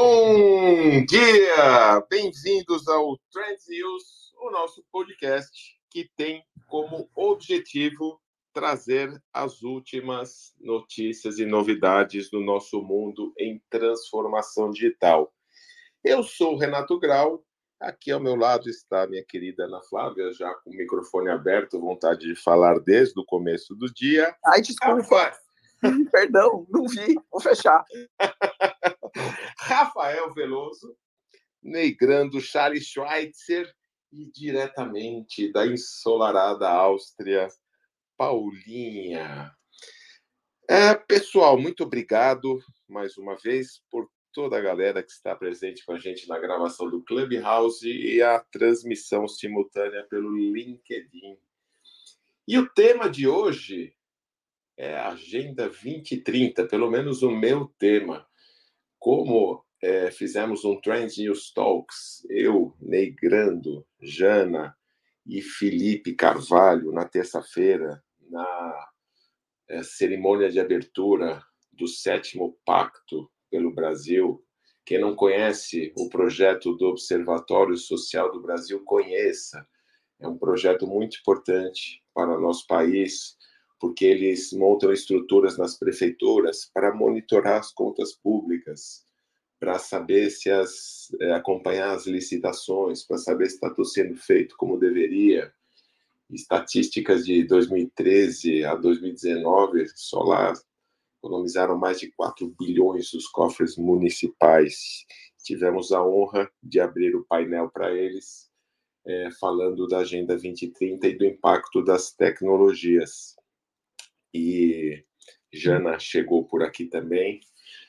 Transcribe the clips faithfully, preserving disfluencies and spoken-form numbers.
Bom dia! Bem-vindos ao Trends News, o nosso podcast que tem como objetivo trazer as últimas notícias e novidades do nosso mundo em transformação digital. Eu sou o Renato Grau, aqui ao meu lado está a minha querida Ana Flávia, já com o microfone aberto, vontade de falar desde o começo do dia. Ai, desculpa. Perdão, não vi. Vou fechar. Rafael Veloso, negrando Charles Schweitzer e diretamente da ensolarada Áustria, Paulinha. É, pessoal, muito obrigado mais uma vez por toda a galera que está presente com a gente na gravação do Clubhouse e a transmissão simultânea pelo LinkedIn. E o tema de hoje é a Agenda vinte trinta, pelo menos o meu tema. Como é, fizemos um Trends News Talks, eu, Negrando, Jana e Felipe Carvalho, na terça-feira, na é, cerimônia de abertura do sétimo Pacto pelo Brasil. Quem não conhece o projeto do Observatório Social do Brasil, conheça. É um projeto muito importante para o nosso país, porque eles montam estruturas nas prefeituras para monitorar as contas públicas, para saber se as, é, acompanhar as licitações, para saber se está tudo sendo feito como deveria. Estatísticas de dois mil e treze a dois mil e dezenove, só lá economizaram mais de quatro bilhões dos cofres municipais. Tivemos a honra de abrir o painel para eles, é, falando da Agenda vinte trinta e do impacto das tecnologias. E Jana chegou por aqui também.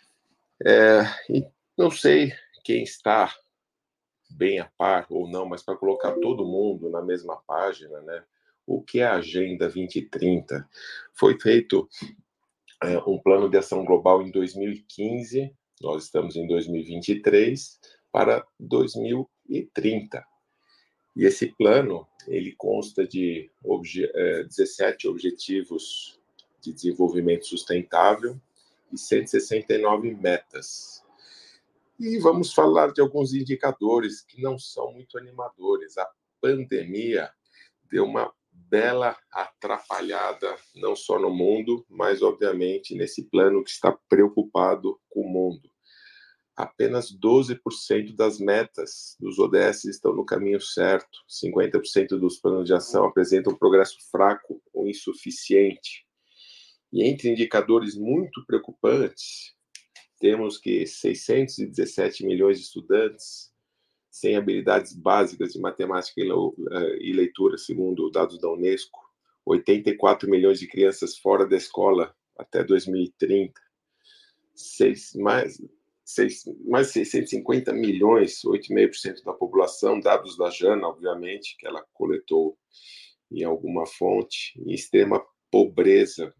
É, e não sei quem está bem a par ou não, mas para colocar todo mundo na mesma página, né? O que é a Agenda vinte trinta? Foi feito é, um plano de ação global em dois mil e quinze, nós estamos em dois mil e vinte e três, para dois mil e trinta. E esse plano, ele consta de obje- é, dezessete objetivos de desenvolvimento sustentável e cento e sessenta e nove metas. E vamos falar de alguns indicadores que não são muito animadores. A pandemia deu uma bela atrapalhada, não só no mundo, mas, obviamente, nesse plano que está preocupado com o mundo. Apenas doze por cento das metas dos O D S estão no caminho certo. cinquenta por cento dos planos de ação apresentam progresso fraco ou insuficiente. E entre indicadores muito preocupantes, temos que seiscentos e dezessete milhões de estudantes sem habilidades básicas de matemática e leitura, segundo dados da Unesco, oitenta e quatro milhões de crianças fora da escola até dois mil e trinta, seis, mais, seis, mais seiscentos e cinquenta milhões, oito vírgula cinco por cento da população, dados da Jana, obviamente, que ela coletou em alguma fonte, em extrema pobreza.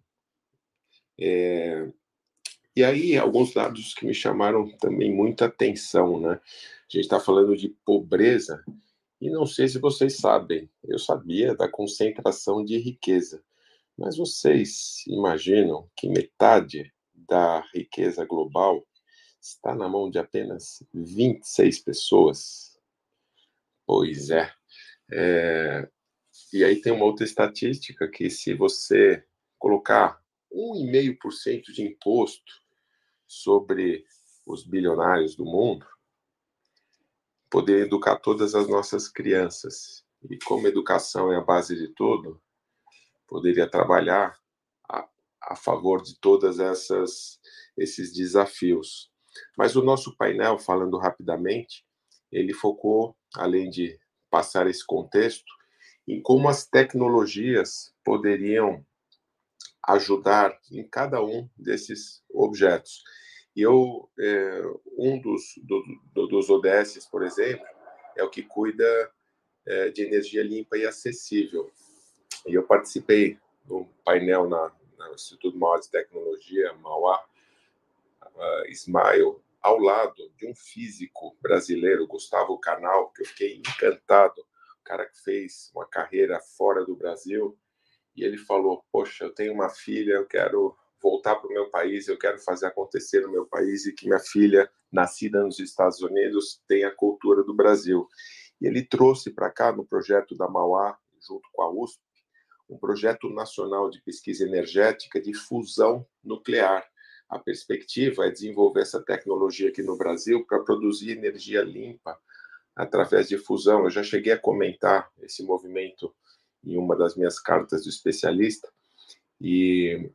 É, E aí, alguns dados que me chamaram também muita atenção, né? A gente está falando de pobreza, e não sei se vocês sabem, eu sabia da concentração de riqueza, mas vocês imaginam que metade da riqueza global está na mão de apenas vinte e seis pessoas? Pois é. é. E aí tem uma outra estatística que, se você colocar um vírgula cinco por cento de imposto sobre os bilionários do mundo, poder educar todas as nossas crianças. E como educação é a base de tudo, poderia trabalhar a, a favor de todas essas esses desafios. Mas o nosso painel, falando rapidamente, ele focou, além de passar esse contexto, em como as tecnologias poderiam ajudar em cada um desses objetos. E eu, é, um dos, do, dos O D S, por exemplo, é o que cuida é, de energia limpa e acessível. E eu participei do painel na, no Instituto Mauá de Tecnologia, Mauá, uh, Smile, ao lado de um físico brasileiro, Gustavo Canal, que eu fiquei encantado, o cara que fez uma carreira fora do Brasil. E ele falou: poxa, eu tenho uma filha, eu quero voltar para o meu país, eu quero fazer acontecer no meu país e que minha filha, nascida nos Estados Unidos, tenha a cultura do Brasil. E ele trouxe para cá, no projeto da Mauá, junto com a U S P, um projeto nacional de pesquisa energética de fusão nuclear. A perspectiva é desenvolver essa tecnologia aqui no Brasil para produzir energia limpa através de fusão. Eu já cheguei a comentar esse movimento em uma das minhas cartas do especialista, e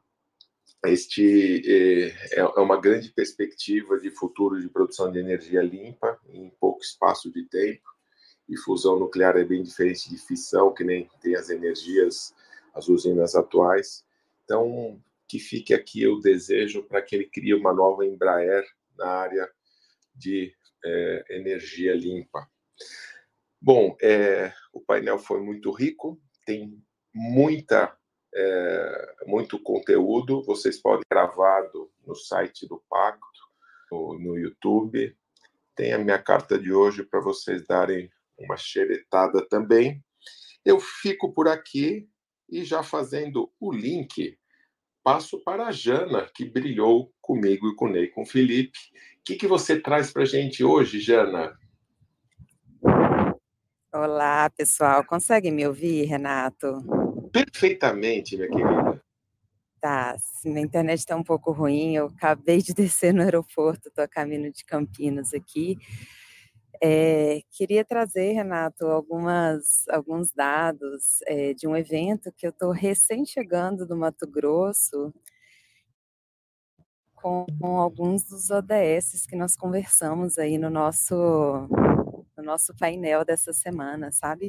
este é, é uma grande perspectiva de futuro de produção de energia limpa em pouco espaço de tempo. E fusão nuclear é bem diferente de fissão, que nem tem as energias, as usinas atuais. Então, que fique aqui o desejo para que ele crie uma nova Embraer na área de é, energia limpa. Bom, é, o painel foi muito rico, tem muita, é, muito conteúdo. Vocês podem gravado no site do Pacto, no, no YouTube. Tem a minha carta de hoje para vocês darem uma xeretada também. Eu fico por aqui e já fazendo o link, passo para a Jana, que brilhou comigo e com o Ney, com o Felipe. O que, que você traz para a gente hoje, Jana? Olá, pessoal. Consegue me ouvir, Renato? Perfeitamente, minha querida. Tá, se minha internet está um pouco ruim, eu acabei de descer no aeroporto, estou a caminho de Campinas aqui. É, queria trazer, Renato, algumas, alguns dados é, de um evento que eu estou recém chegando do Mato Grosso, com, com alguns dos O D S que nós conversamos aí no nosso, no nosso painel dessa semana, sabe?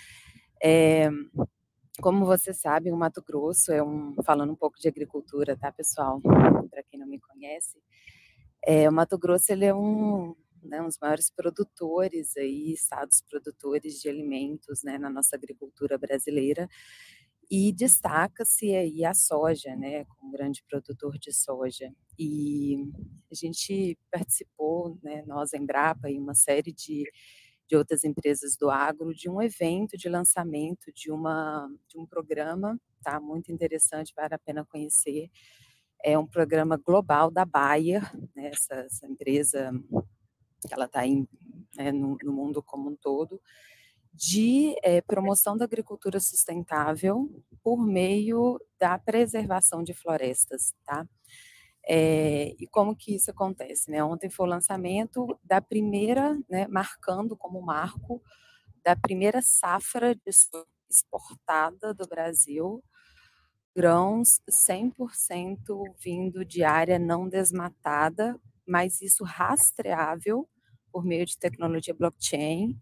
É, como você sabe, o Mato Grosso é um, falando um pouco de agricultura, tá, pessoal? Para quem não me conhece, é, o Mato Grosso ele é um, né, um dos maiores produtores aí, estados produtores de alimentos, né, na nossa agricultura brasileira, e destaca-se aí a soja, né, como grande produtor de soja. E a gente participou, né, nós, Embrapa, e uma série de de outras empresas do agro, de um evento de lançamento de, uma, de um programa, tá, muito interessante, vale a pena conhecer. É um programa global da Bayer, né, essa, essa empresa que ela está né, no, no mundo como um todo, de é, promoção da agricultura sustentável por meio da preservação de florestas, tá? É, e como que isso acontece, né? Ontem foi o lançamento da primeira, né, marcando como marco, da primeira safra de soja exportada do Brasil, grãos cem por cento vindo de área não desmatada, mas isso rastreável por meio de tecnologia blockchain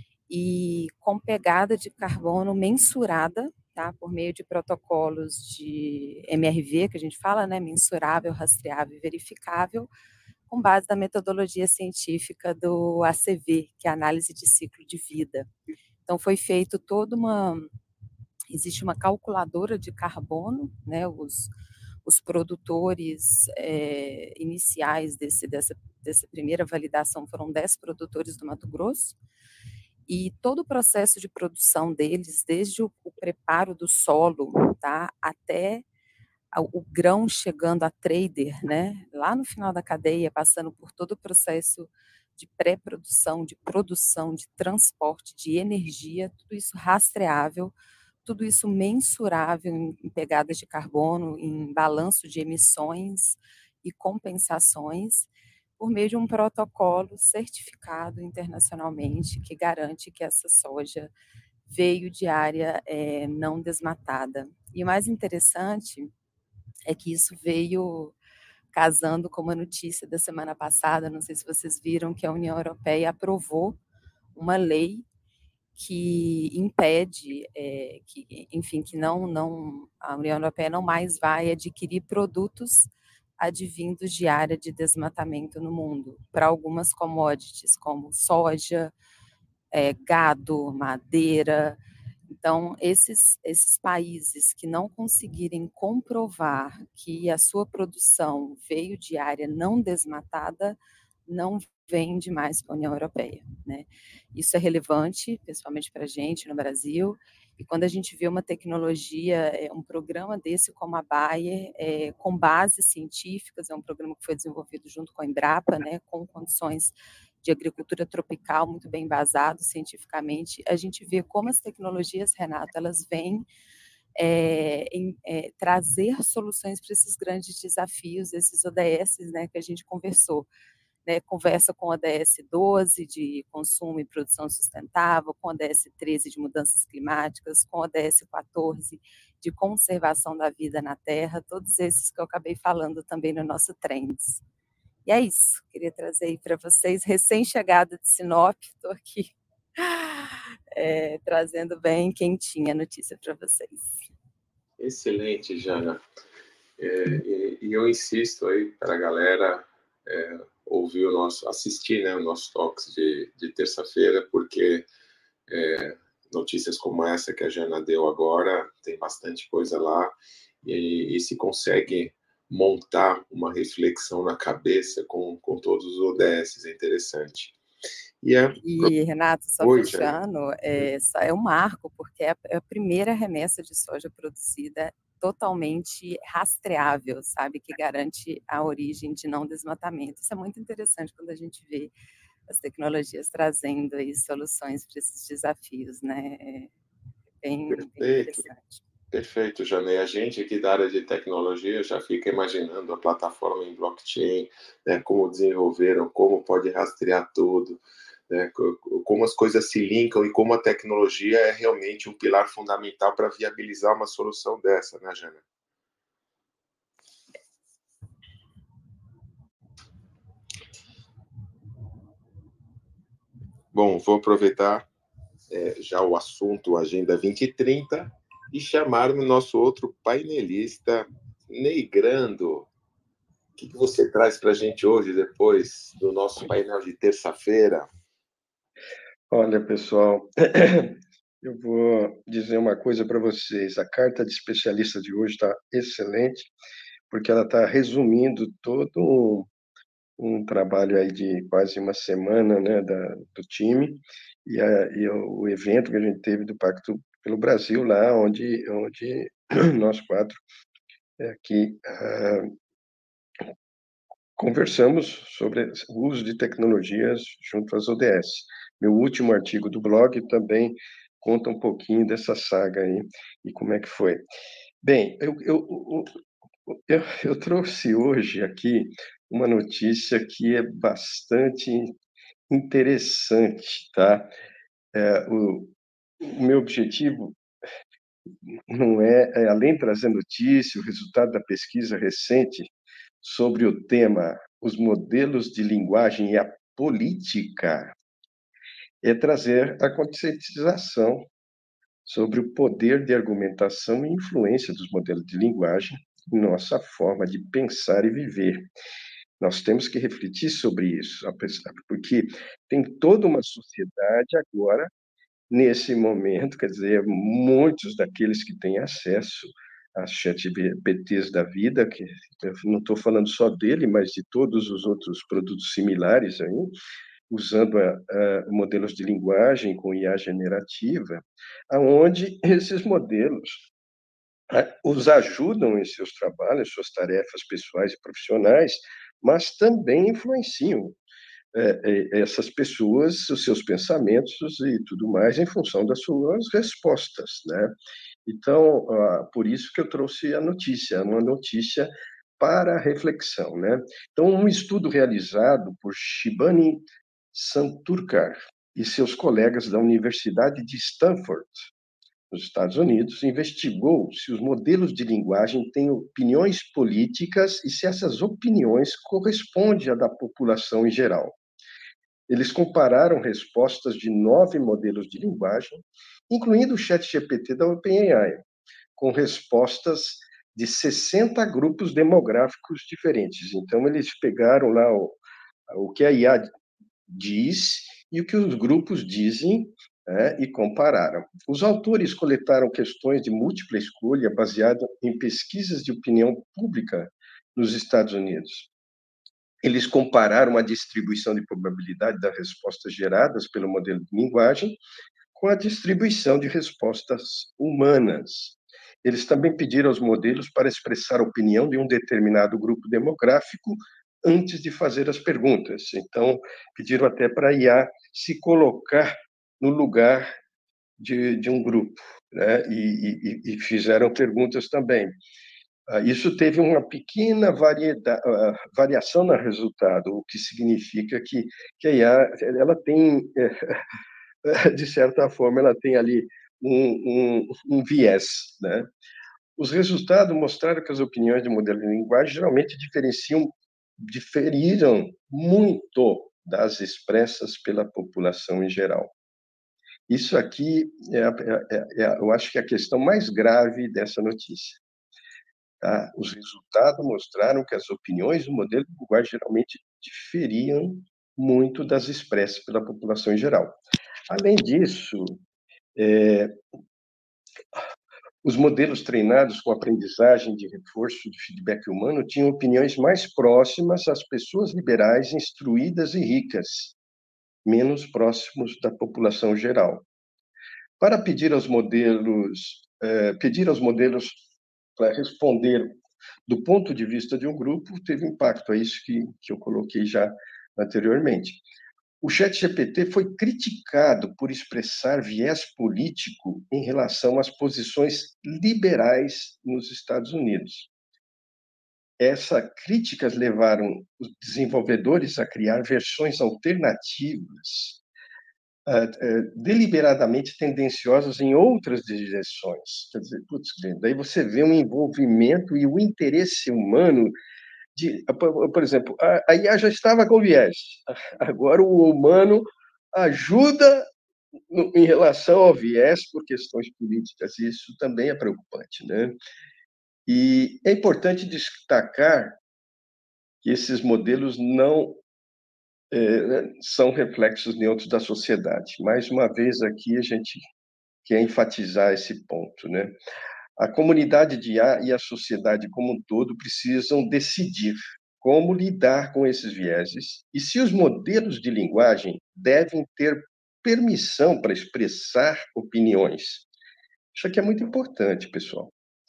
e com pegada de carbono mensurada, tá, por meio de protocolos de M R V, que a gente fala, né, mensurável, rastreável e verificável, com base na metodologia científica do A C V, que é a análise de ciclo de vida. Então, foi feito toda uma... Existe uma calculadora de carbono, né, os, os produtores é, iniciais desse, dessa, dessa primeira validação foram dez produtores do Mato Grosso, e todo o processo de produção deles, desde o, o preparo do solo, tá, até o, o grão chegando a trader, né, lá no final da cadeia, passando por todo o processo de pré-produção, de produção, de transporte, de energia, tudo isso rastreável, tudo isso mensurável em, em pegadas de carbono, em balanço de emissões e compensações, por meio de um protocolo certificado internacionalmente que garante que essa soja veio de área é, não desmatada. E o mais interessante é que isso veio casando com uma notícia da semana passada, não sei se vocês viram, que a União Europeia aprovou uma lei que impede, é, que, enfim, que não, não, a União Europeia não mais vai adquirir produtos advindos de área de desmatamento no mundo, para algumas commodities, como soja, é, gado, madeira. Então, esses, esses países que não conseguirem comprovar que a sua produção veio de área não desmatada, não vende mais para a União Europeia, né? Isso é relevante, principalmente para a gente no Brasil, E quando a gente vê uma tecnologia, um programa desse como a Bayer, é, com bases científicas, é um programa que foi desenvolvido junto com a Embrapa, né, com condições de agricultura tropical muito bem embasado cientificamente, a gente vê como as tecnologias, Renato, elas vêm é, em é, trazer soluções para esses grandes desafios, esses O D S, né, que a gente conversou. Né, conversa com o O D S doze de consumo e produção sustentável, com o O D S treze de mudanças climáticas, com o O D S quatorze de conservação da vida na Terra, todos esses que eu acabei falando também no nosso Trends. E é isso, queria trazer aí para vocês, recém-chegada de Sinop, estou aqui é, trazendo bem quentinha a notícia para vocês. Excelente, Jana. É, e, e eu insisto aí para a galera é, ouvir o nosso, assistir, né, o nosso Talks de, de terça-feira, porque é, notícias como essa que a Jana deu agora, tem bastante coisa lá, e, e se consegue montar uma reflexão na cabeça com, com todos os O D S, é interessante. E, é... e Renato, só Oi, fechando, é, é um marco, porque é a primeira remessa de soja produzida totalmente rastreável, sabe, que garante a origem de não desmatamento. Isso é muito interessante quando a gente vê as tecnologias trazendo aí soluções para esses desafios, né? É bem, bem interessante. Perfeito, Janê. A gente aqui da área de tecnologia já fica imaginando a plataforma em blockchain, né, como desenvolveram, como pode rastrear tudo, né, como as coisas se linkam e como a tecnologia é realmente um pilar fundamental para viabilizar uma solução dessa, né, Jana? Bom, vou aproveitar é, já o assunto Agenda vinte e trinta e chamar o nosso outro painelista, Ney Grando. O que, que você traz para a gente hoje, depois do nosso painel de terça-feira? Olha, pessoal, eu vou dizer uma coisa para vocês. A carta de especialista de hoje está excelente, porque ela está resumindo todo um, um trabalho aí de quase uma semana, né, da, do time, e, a, e o, o evento que a gente teve do Pacto pelo Brasil, lá onde, onde nós quatro aqui uh, conversamos sobre o uso de tecnologias junto às O D S. Meu último artigo do blog também conta um pouquinho dessa saga aí e como é que foi. Bem, eu, eu, eu, eu trouxe hoje aqui uma notícia que é bastante interessante, tá? É, o, o meu objetivo não é, é, além de trazer notícia, o resultado da pesquisa recente sobre o tema os modelos de linguagem e a política, é trazer a conscientização sobre o poder de argumentação e influência dos modelos de linguagem em nossa forma de pensar e viver. Nós temos que refletir sobre isso, porque tem toda uma sociedade agora, nesse momento, quer dizer, muitos daqueles que têm acesso às ChatGPTs da vida, que eu não estou falando só dele, mas de todos os outros produtos similares aí, usando a, a, modelos de linguagem com I A generativa, aonde esses modelos a, os ajudam em seus trabalhos, suas tarefas pessoais e profissionais, mas também influenciam é, essas pessoas, os seus pensamentos e tudo mais, em função das suas respostas, né? Então, por isso que eu trouxe a notícia, uma notícia para reflexão, né? Então, um estudo realizado por Shibani Santurkar e seus colegas da Universidade de Stanford, nos Estados Unidos, investigou se os modelos de linguagem têm opiniões políticas e se essas opiniões correspondem à da população em geral. Eles compararam respostas de nove modelos de linguagem, incluindo o ChatGPT da OpenAI, com respostas de sessenta grupos demográficos diferentes. Então, eles pegaram lá o, o que a I A diz e o que os grupos dizem, né, e compararam. Os autores coletaram questões de múltipla escolha baseadas em pesquisas de opinião pública nos Estados Unidos. Eles compararam a distribuição de probabilidade das respostas geradas pelo modelo de linguagem com a distribuição de respostas humanas. Eles também pediram aos modelos para expressar a opinião de um determinado grupo demográfico antes de fazer as perguntas. Então, pediram até para a I A se colocar no lugar de, de um grupo, né? e, e, e fizeram perguntas também. Isso teve uma pequena variedade, variação no resultado, o que significa que, que a I A ela tem, de certa forma, ela tem ali um, um, um viés, né? Os resultados mostraram que as opiniões de modelo de linguagem geralmente diferenciam, diferiram muito das expressas pela população em geral. Isso aqui, é, é, é, eu acho que é a questão mais grave dessa notícia. Tá? Os resultados mostraram que as opiniões do modelo de linguagem geralmente diferiam muito das expressas pela população em geral. Além disso, é, os modelos treinados com aprendizagem de reforço de feedback humano tinham opiniões mais próximas às pessoas liberais, instruídas e ricas, menos próximos da população geral. Para pedir aos modelos, eh, pedir aos modelos para responder do ponto de vista de um grupo, teve impacto, é isso que, que eu coloquei já anteriormente. O ChatGPT foi criticado por expressar viés político em relação às posições liberais nos Estados Unidos. Essas críticas levaram os desenvolvedores a criar versões alternativas, uh, uh, deliberadamente tendenciosas em outras direções. Quer dizer, putz, daí você vê um envolvimento e o interesse humano de, por, por exemplo, a, a I A já estava com viés, agora o humano ajuda no, em relação ao viés por questões políticas, e isso também é preocupante, né? E é importante destacar que esses modelos não é, são reflexos neutros da sociedade. Mais uma vez aqui a gente quer enfatizar esse ponto, né? A comunidade de I A e a sociedade como um todo precisam decidir como lidar com esses vieses e se os modelos de linguagem devem ter permissão para expressar opiniões. Isso aqui é muito importante, pessoal.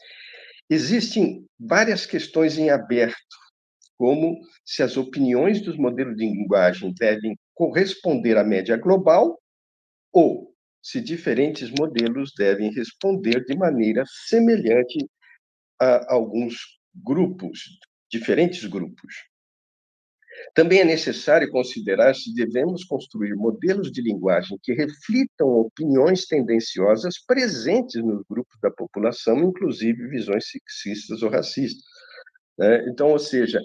Existem várias questões em aberto, como se as opiniões dos modelos de linguagem devem corresponder à média global ou se diferentes modelos devem responder de maneira semelhante a alguns grupos, diferentes grupos. Também é necessário considerar se devemos construir modelos de linguagem que reflitam opiniões tendenciosas presentes nos grupos da população, inclusive visões sexistas ou racistas. Então, ou seja,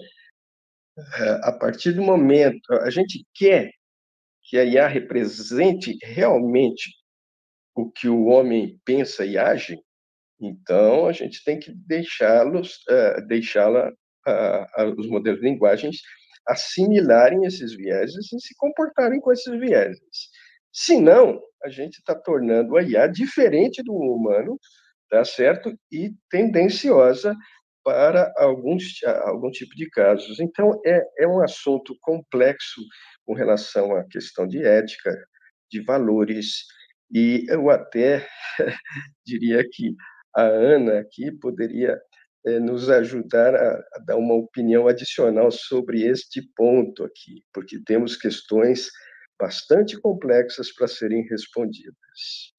a partir do momento, a gente quer que a I A represente realmente o que o homem pensa e age, então a gente tem que deixá-los, uh, deixá-la, uh, uh, os modelos de linguagens assimilarem esses vieses e se comportarem com esses vieses. Senão, a gente está tornando a I A diferente do humano, tá certo? E tendenciosa para alguns, algum tipo de casos. Então, é, é um assunto complexo com relação à questão de ética, de valores, e eu até diria que a Ana aqui poderia é, nos ajudar a, a dar uma opinião adicional sobre este ponto aqui, porque temos questões bastante complexas para serem respondidas.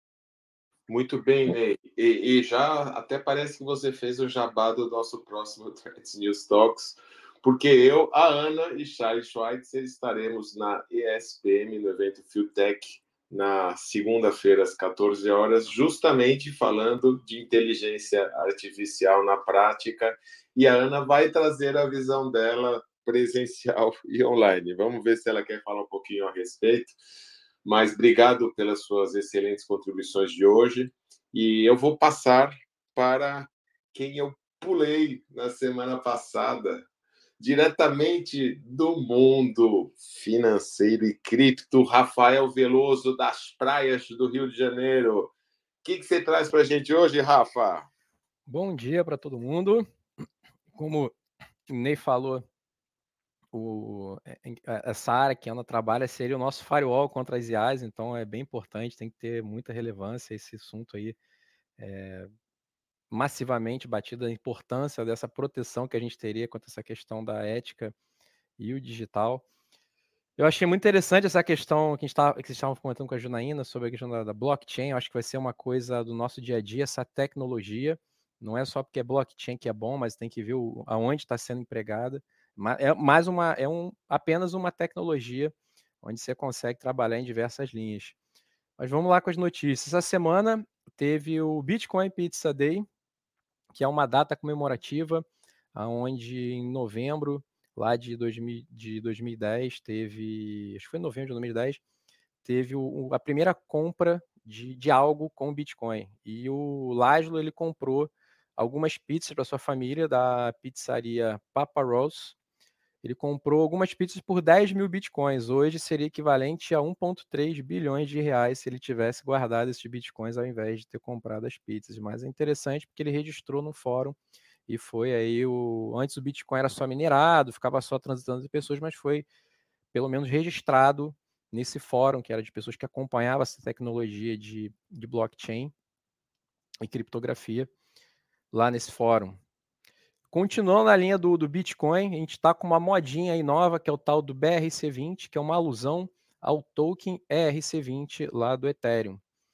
Muito bem, Ney. E, e já até parece que você fez o jabá do nosso próximo Threads News Talks, porque eu, a Ana e Charles Schweitzer estaremos na E S P M, no evento Fieltech, na segunda-feira, às quatorze horas, justamente falando de inteligência artificial na prática, e a Ana vai trazer a visão dela presencial e online. Vamos ver se ela quer falar um pouquinho a respeito. Mas obrigado pelas suas excelentes contribuições de hoje. E eu vou passar para quem eu pulei na semana passada, diretamente do mundo financeiro e cripto, Rafael Veloso, das praias do Rio de Janeiro. O que, que você traz para a gente hoje, Rafa? Bom dia para todo mundo. Como o Ney falou, o, essa área que a Ana trabalha seria o nosso firewall contra as I As, então é bem importante, tem que ter muita relevância esse assunto aí, é, massivamente batido a importância dessa proteção que a gente teria quanto a essa questão da ética e o digital. Eu achei muito interessante essa questão que, a gente tava, que vocês estavam comentando com a Janaína sobre a questão da, da blockchain. Eu acho que vai ser uma coisa do nosso dia a dia, essa tecnologia. Não é só porque é blockchain que é bom, mas tem que ver o, aonde está sendo empregada. É, mais uma, é um, apenas uma tecnologia onde você consegue trabalhar em diversas linhas. Mas vamos lá com as notícias. Essa semana teve o Bitcoin Pizza Day, que é uma data comemorativa, onde em novembro lá de, dois mil, de dois mil e dez, teve, acho que foi em novembro de dois mil e dez, teve o, a primeira compra de, de algo com Bitcoin. E o Laszlo, ele comprou algumas pizzas para sua família da pizzaria Papa Rolls. Ele comprou algumas pizzas por dez mil bitcoins. Hoje seria equivalente a um vírgula três bilhões de reais se ele tivesse guardado esses bitcoins ao invés de ter comprado as pizzas. Mas é interessante porque ele registrou no fórum e foi aí o... Antes o Bitcoin era só minerado, ficava só transitando de pessoas, mas foi pelo menos registrado nesse fórum, que era de pessoas que acompanhavam essa tecnologia de, de blockchain e criptografia lá nesse fórum. Continuando na linha do, do Bitcoin, a gente está com uma modinha aí nova, que é o tal do B R C vinte, que é uma alusão ao token E R C vinte lá do Ethereum.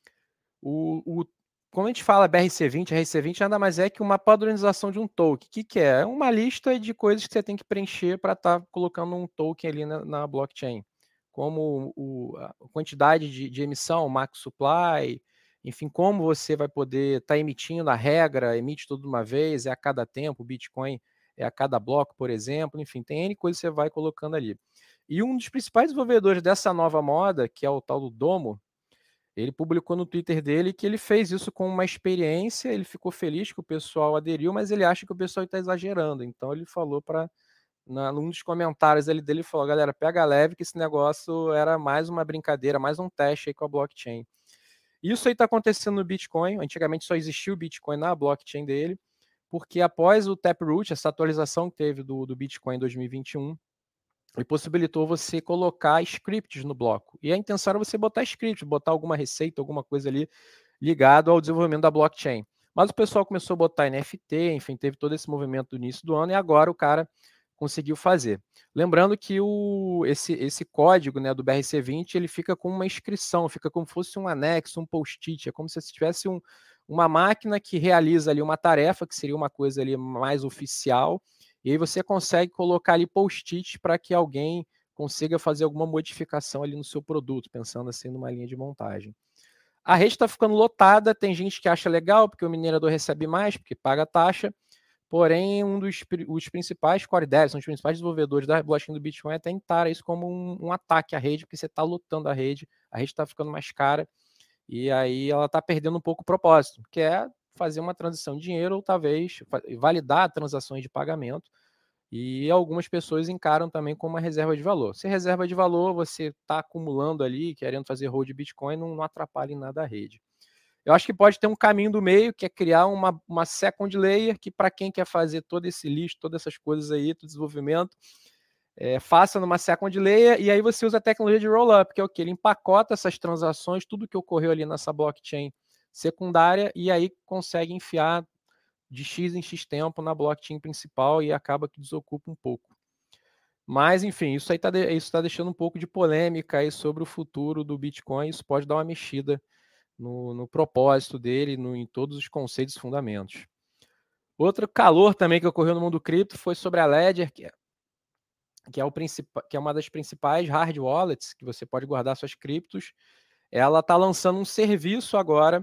O, o, quando a gente fala B R C vinte, E R C vinte nada mais é que uma padronização de um token. O que, que é? É uma lista de coisas que você tem que preencher para estar tá colocando um token ali na, na blockchain. Como o, a quantidade de, de emissão, max supply, enfim, como você vai poder estar tá emitindo a regra, emite tudo de uma vez, é a cada tempo, o Bitcoin é a cada bloco, por exemplo, enfim, tem N coisas que você vai colocando ali. E um dos principais desenvolvedores dessa nova moda, que é o tal do Domo, ele publicou no Twitter dele que ele fez isso com uma experiência, ele ficou feliz que o pessoal aderiu, mas ele acha que o pessoal está exagerando. Então ele falou para, num dos comentários dele, dele falou, galera, pega leve que esse negócio era mais uma brincadeira, mais um teste aí com a blockchain. Isso aí está acontecendo no Bitcoin. Antigamente só existia o Bitcoin na blockchain dele, porque após o Taproot, essa atualização que teve do, do Bitcoin em dois mil e vinte e um, ele possibilitou você colocar scripts no bloco. E a intenção era você botar scripts, botar alguma receita, alguma coisa ali ligado ao desenvolvimento da blockchain. Mas o pessoal começou a botar N F T, enfim, teve todo esse movimento do início do ano, e agora o cara conseguiu fazer. Lembrando que o, esse, esse código, né, do B R C vinte, ele fica com uma inscrição, fica como se fosse um anexo, um post-it, é como se tivesse um, uma máquina que realiza ali uma tarefa, que seria uma coisa ali mais oficial, e aí você consegue colocar ali post-it para que alguém consiga fazer alguma modificação ali no seu produto, pensando assim numa linha de montagem. A rede está ficando lotada, tem gente que acha legal, porque o minerador recebe mais, porque paga taxa, porém, um dos os principais core devs, são os principais desenvolvedores da blockchain do Bitcoin, até encara isso como um, um ataque à rede, porque você está lotando a rede, a rede está ficando mais cara, e aí ela está perdendo um pouco o propósito, que é fazer uma transição de dinheiro, ou talvez validar transações de pagamento, e algumas pessoas encaram também como uma reserva de valor. Se reserva de valor, você está acumulando ali, querendo fazer hold de Bitcoin, não, não atrapalha em nada a rede. Eu acho que pode ter um caminho do meio, que é criar uma, uma second layer, que para quem quer fazer todo esse lixo, todas essas coisas aí, todo desenvolvimento, é, faça numa second layer, e aí você usa a tecnologia de roll-up, que é o que? Ele empacota essas transações, tudo que ocorreu ali nessa blockchain secundária, e aí consegue enfiar de X em X tempo na blockchain principal e acaba que desocupa um pouco. Mas, enfim, isso aí está de, isso tá deixando um pouco de polêmica aí sobre o futuro do Bitcoin, isso pode dar uma mexida no, no propósito dele, no, em todos os conceitos e fundamentos. Outro calor também que ocorreu no mundo cripto foi sobre a Ledger, que é, que é, o que é uma das principais hard wallets, que você pode guardar suas criptos. Ela está lançando um serviço agora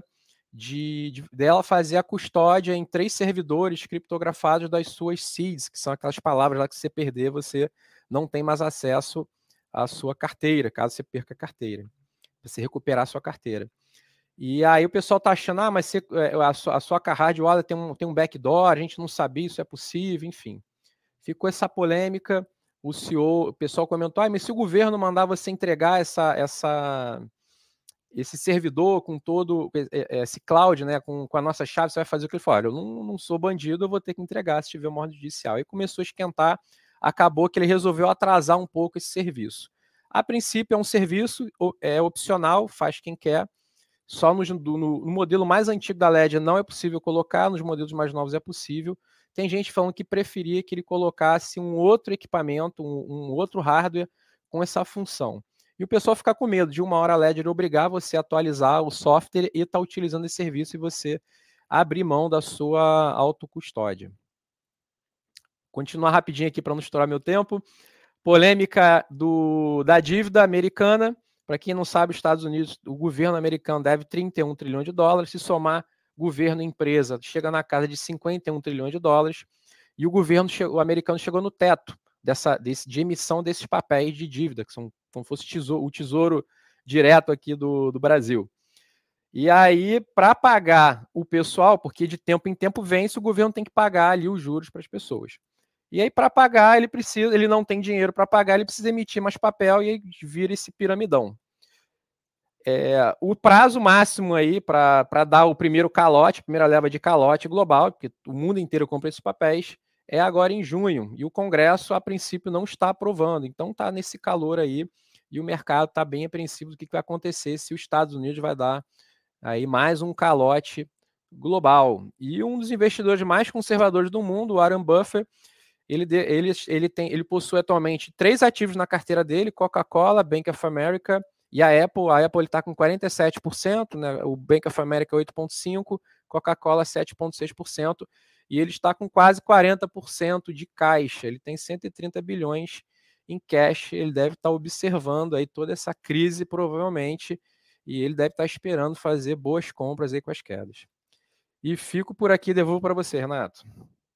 de, de dela fazer a custódia em três servidores criptografados das suas seeds, que são aquelas palavras lá que se você perder, você não tem mais acesso à sua carteira, caso você perca a carteira, para você recuperar a sua carteira. E aí o pessoal está achando, ah, mas você, a sua, a sua hard wallet tem um, tem um backdoor, a gente não sabia se é possível, enfim. Ficou essa polêmica, o C E O, o pessoal comentou, ah, mas se o governo mandar você entregar essa, essa, esse servidor com todo esse cloud, né, com, com a nossa chave, você vai fazer o que ele falou? Olha, eu não, não sou bandido, eu vou ter que entregar se tiver uma ordem judicial. Aí começou a esquentar, acabou que ele resolveu atrasar um pouco esse serviço. A princípio é um serviço, é opcional, faz quem quer, só no, no, no modelo mais antigo da Ledger não é possível colocar, nos modelos mais novos é possível. Tem gente falando que preferia que ele colocasse um outro equipamento, um, um outro hardware com essa função. E o pessoal fica com medo de uma hora a Ledger obrigar você a atualizar o software e estar tá utilizando esse serviço e você abrir mão da sua autocustódia. Continuar rapidinho aqui para não estourar meu tempo. Polêmica do, da dívida americana. Para quem não sabe, os Estados Unidos, o governo americano deve trinta e um trilhões de dólares. Se somar governo e empresa, chega na casa de cinquenta e um trilhões de dólares. E o governo, o americano chegou no teto dessa, desse, de emissão desses papéis de dívida, que são como se fosse tesouro, o tesouro direto aqui do, do Brasil. E aí, para pagar o pessoal, porque de tempo em tempo vence, o governo tem que pagar ali os juros para as pessoas. E aí, para pagar, ele precisa, ele não tem dinheiro para pagar, ele precisa emitir mais papel e aí vira esse piramidão. É, o prazo máximo aí para dar o primeiro calote, a primeira leva de calote global, porque o mundo inteiro compra esses papéis, é agora em junho. E o Congresso, a princípio, não está aprovando. Então, está nesse calor aí e o mercado está bem apreensivo do que vai acontecer se os Estados Unidos vai dar aí mais um calote global. E um dos investidores mais conservadores do mundo, o Warren Buffett, Ele, ele, ele, tem, ele possui atualmente três ativos na carteira dele, Coca-Cola, Bank of America e a Apple. A Apple está com quarenta e sete por cento, né? O Bank of America oito vírgula cinco por cento, Coca-Cola sete vírgula seis por cento, e ele está com quase quarenta por cento de caixa. Ele tem cento e trinta bilhões em cash, ele deve estar observando aí toda essa crise, provavelmente, e ele deve estar esperando fazer boas compras aí com as quedas. E fico por aqui, devolvo para você, Renato.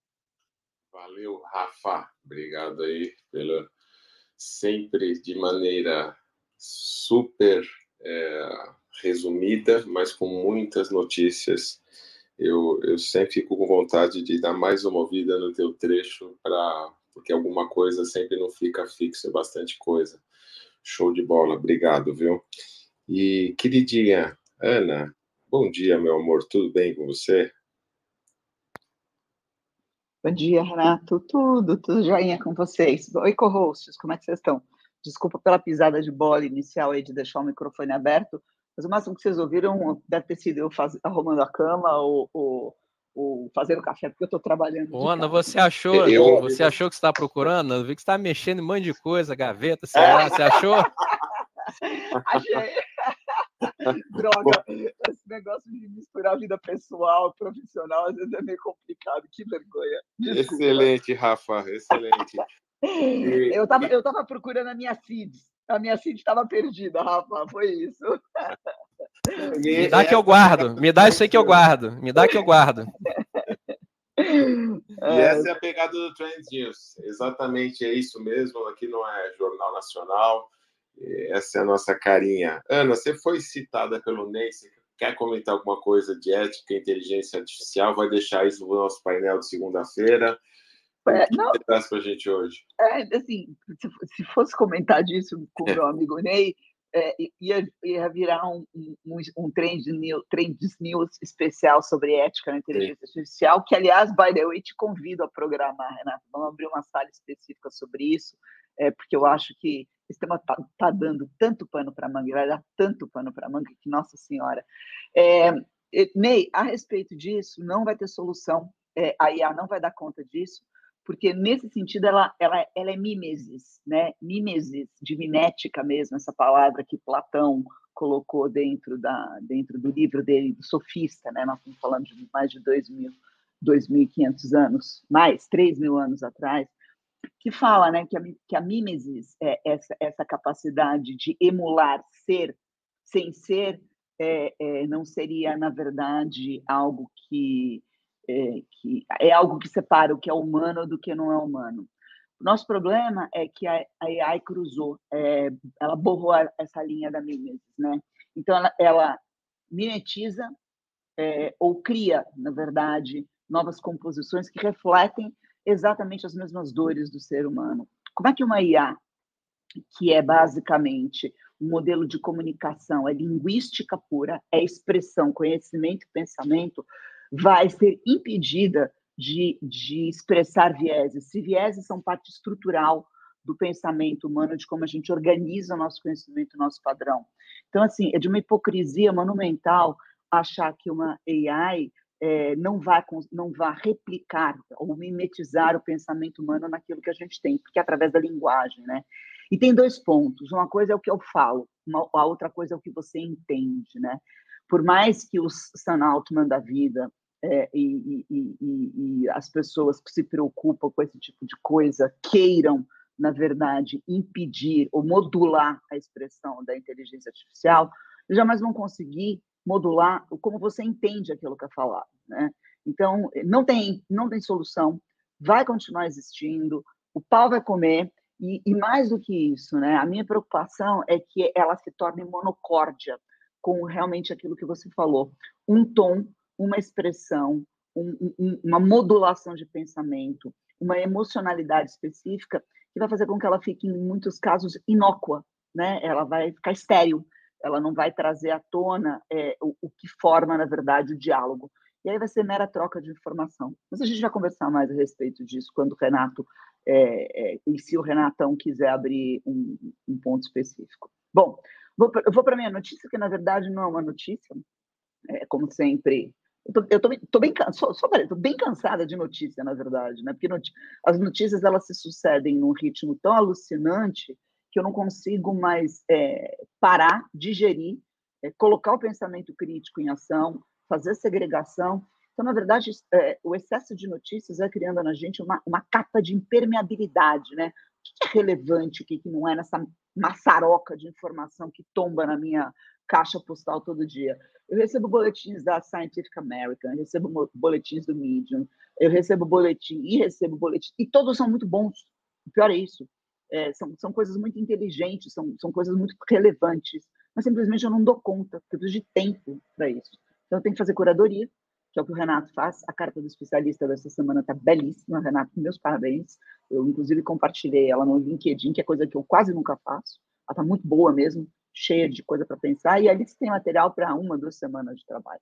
Valeu, Rafa. Obrigado aí pela sempre de maneira super é, resumida, mas com muitas notícias. Eu, eu sempre fico com vontade de dar mais uma ouvida no teu trecho, pra, porque alguma coisa sempre não fica fixa, bastante coisa. Show de bola, obrigado, viu? E, queridinha Ana, bom dia, meu amor, tudo bem com você? Bom dia, Renato. Tudo, tudo joinha com vocês. Oi, co-hosts, como é que vocês estão? Desculpa pela pisada de bola inicial aí de deixar o microfone aberto, mas o máximo que vocês ouviram deve ter sido eu faz... arrumando a cama ou, ou, ou fazendo café, porque eu estou trabalhando. Ô, Ana, você achou, eu... você achou que você está procurando? Eu vi que você está mexendo em um monte de coisa, gaveta, celular, você achou? Achei. Droga, esse negócio de misturar a vida pessoal e profissional às vezes é meio complicado, que vergonha. Desculpa. Excelente, Rafa, excelente. E... Eu estava eu tava procurando a minha C I D, a minha C I D estava perdida, Rafa, foi isso. Me dá que eu guardo, me dá isso aí que eu guardo, me dá que eu guardo. E essa é a pegada do Trend News, exatamente, é isso mesmo, aqui não é Jornal Nacional, essa é a nossa carinha. Ana, você foi citada pelo Ney, você quer comentar alguma coisa de ética e inteligência artificial? Vai deixar isso no nosso painel de segunda-feira. É, o que não, você traz para a gente hoje? É, assim, se, se fosse comentar disso com o meu amigo Ney, é, ia, ia virar um, um, um trend, news, trend news especial sobre ética na inteligência Sim. artificial, que, aliás, by the way, te convido a programar, Renato. Vamos abrir uma sala específica sobre isso, é, porque eu acho que esse tema está tá dando tanto pano para manga, vai dar tanto pano para manga, que, nossa senhora. É, Ney, a respeito disso, não vai ter solução, é, a I A não vai dar conta disso, porque, nesse sentido, ela, ela, ela é mimesis, né? Mimesis, de mimética mesmo, essa palavra que Platão colocou dentro, da, dentro do livro dele, do Sofista, né? Nós estamos falando de mais de dois mil, dois mil e quinhentos anos, mais, três mil anos atrás, que fala, né, que, a, que a mimesis é essa, essa capacidade de emular ser sem ser, é, é, não seria, na verdade, algo que... É, que é algo que separa o que é humano do que não é humano. O nosso problema é que a, a A I cruzou, é, ela borrou a, essa linha da mimesis, né? Então, ela, ela mimetiza é, ou cria, na verdade, novas composições que refletem exatamente as mesmas dores do ser humano. Como é que uma I A, que é basicamente um modelo de comunicação, é linguística pura, é expressão, conhecimento e pensamento, vai ser impedida de, de expressar vieses. Se vieses são parte estrutural do pensamento humano, de como a gente organiza o nosso conhecimento, o nosso padrão. Então, assim, é de uma hipocrisia monumental achar que uma A I é, não, vai, não vai replicar ou mimetizar o pensamento humano naquilo que a gente tem, porque é através da linguagem, né? E tem dois pontos. Uma coisa é o que eu falo, uma, a outra coisa é o que você entende, né? Por mais que os Sam Altman da vida é, e, e, e, e as pessoas que se preocupam com esse tipo de coisa queiram, na verdade, impedir ou modular a expressão da inteligência artificial, jamais vão conseguir modular como você entende aquilo que é falado, né? Então, não tem, não tem solução, vai continuar existindo, o pau vai comer, e, e mais do que isso, né? A minha preocupação é que ela se torne monocórdia com realmente aquilo que você falou, um tom, uma expressão, um, um, uma modulação de pensamento, uma emocionalidade específica que vai fazer com que ela fique, em muitos casos, inócua, né? Ela vai ficar estéril, ela não vai trazer à tona é, o, o que forma, na verdade, o diálogo. E aí vai ser mera troca de informação. Mas a gente vai conversar mais a respeito disso quando o Renato, é, é, e se o Renatão quiser abrir um, um ponto específico. Bom, vou, eu vou para a minha notícia, que na verdade não é uma notícia, é, como sempre. Eu tô, eu tô, tô bem, só, só tô bem cansada de notícia, na verdade, né? Porque not, as notícias elas se sucedem num ritmo tão alucinante que eu não consigo mais é, parar, digerir, é, colocar o pensamento crítico em ação, fazer segregação. Então, na verdade, é, o excesso de notícias vai criando na gente uma, uma capa de impermeabilidade, né? O que é relevante, o que não é nessa maçaroca de informação que tomba na minha caixa postal todo dia? Eu recebo boletins da Scientific American, eu recebo boletins do Medium, eu recebo boletim e recebo boletim, e todos são muito bons. O pior é isso. É, são, são coisas muito inteligentes, são, são coisas muito relevantes, mas simplesmente eu não dou conta, eu preciso de tempo para isso. Então eu tenho que fazer curadoria, que é o que o Renato faz. A carta do especialista dessa semana está belíssima, Renato, meus parabéns. Eu, inclusive, compartilhei ela no LinkedIn, que é coisa que eu quase nunca faço. Ela está muito boa mesmo, cheia de coisa para pensar, e ali você tem material para uma, duas semanas de trabalho.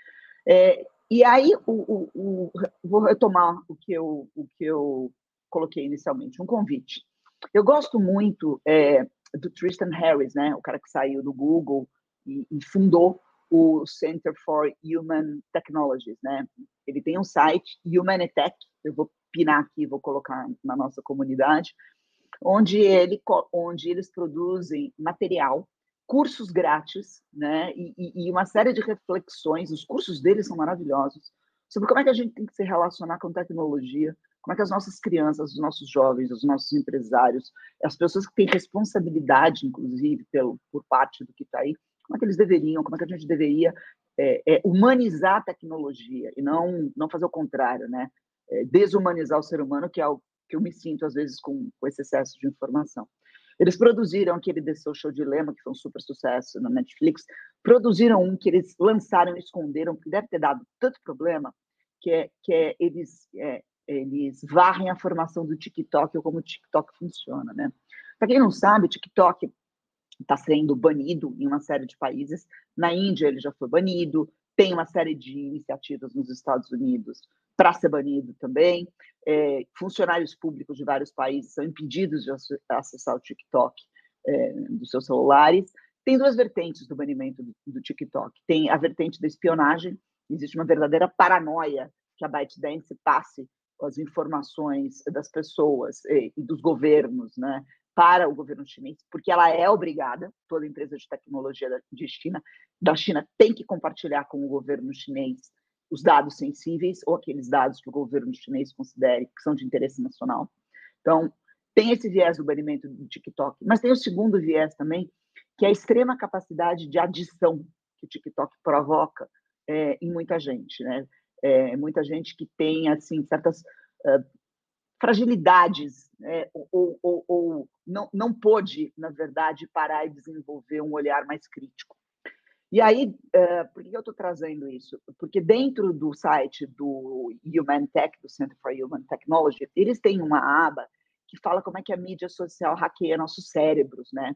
É, e aí, o, o, o, vou retomar o que, eu, o que eu coloquei inicialmente, um convite. Eu gosto muito é, do Tristan Harris, né, o cara que saiu do Google e, e fundou o Center for Human Technologies, né? Ele tem um site, Humanitech, eu vou pinar aqui, vou colocar na nossa comunidade, onde, ele, onde eles produzem material, cursos grátis, né? E, e, e uma série de reflexões. Os cursos deles são maravilhosos, sobre como é que a gente tem que se relacionar com tecnologia, como é que as nossas crianças, os nossos jovens, os nossos empresários, as pessoas que têm responsabilidade, inclusive, pelo, por parte do que está aí, como é que eles deveriam, como é que a gente deveria é, é, humanizar a tecnologia e não, não fazer o contrário, né? É, desumanizar o ser humano, que é o que eu me sinto, às vezes, com, com esse excesso de informação. Eles produziram aquele The Social Dilemma, que foi um super sucesso na Netflix, produziram um que eles lançaram e esconderam, porque deve ter dado tanto problema, que é, que é eles, é, eles varrem a formação do TikTok ou como o TikTok funciona, né? Para quem não sabe, o TikTok está sendo banido em uma série de países. Na Índia ele já foi banido, tem uma série de iniciativas nos Estados Unidos para ser banido também. É, funcionários públicos de vários países são impedidos de acessar o TikTok é, dos seus celulares. Tem duas vertentes do banimento do, do TikTok. Tem a vertente da espionagem, existe uma verdadeira paranoia que a ByteDance passe as informações das pessoas e, e dos governos, né, para o governo chinês, porque ela é obrigada, toda empresa de tecnologia da, de China, da China tem que compartilhar com o governo chinês os dados sensíveis ou aqueles dados que o governo chinês considere que são de interesse nacional. Então, tem esse viés do banimento do TikTok, mas tem o segundo viés também, que é a extrema capacidade de adição que o TikTok provoca é, em muita gente, né? É, muita gente que tem, assim, certas uh, fragilidades, né? ou, ou, ou não, não pôde, na verdade, parar e desenvolver um olhar mais crítico. E aí, uh, por que eu estou trazendo isso? Porque dentro do site do Humanitech, do Center for Human Technology, eles têm uma aba que fala como é que a mídia social hackeia nossos cérebros, né?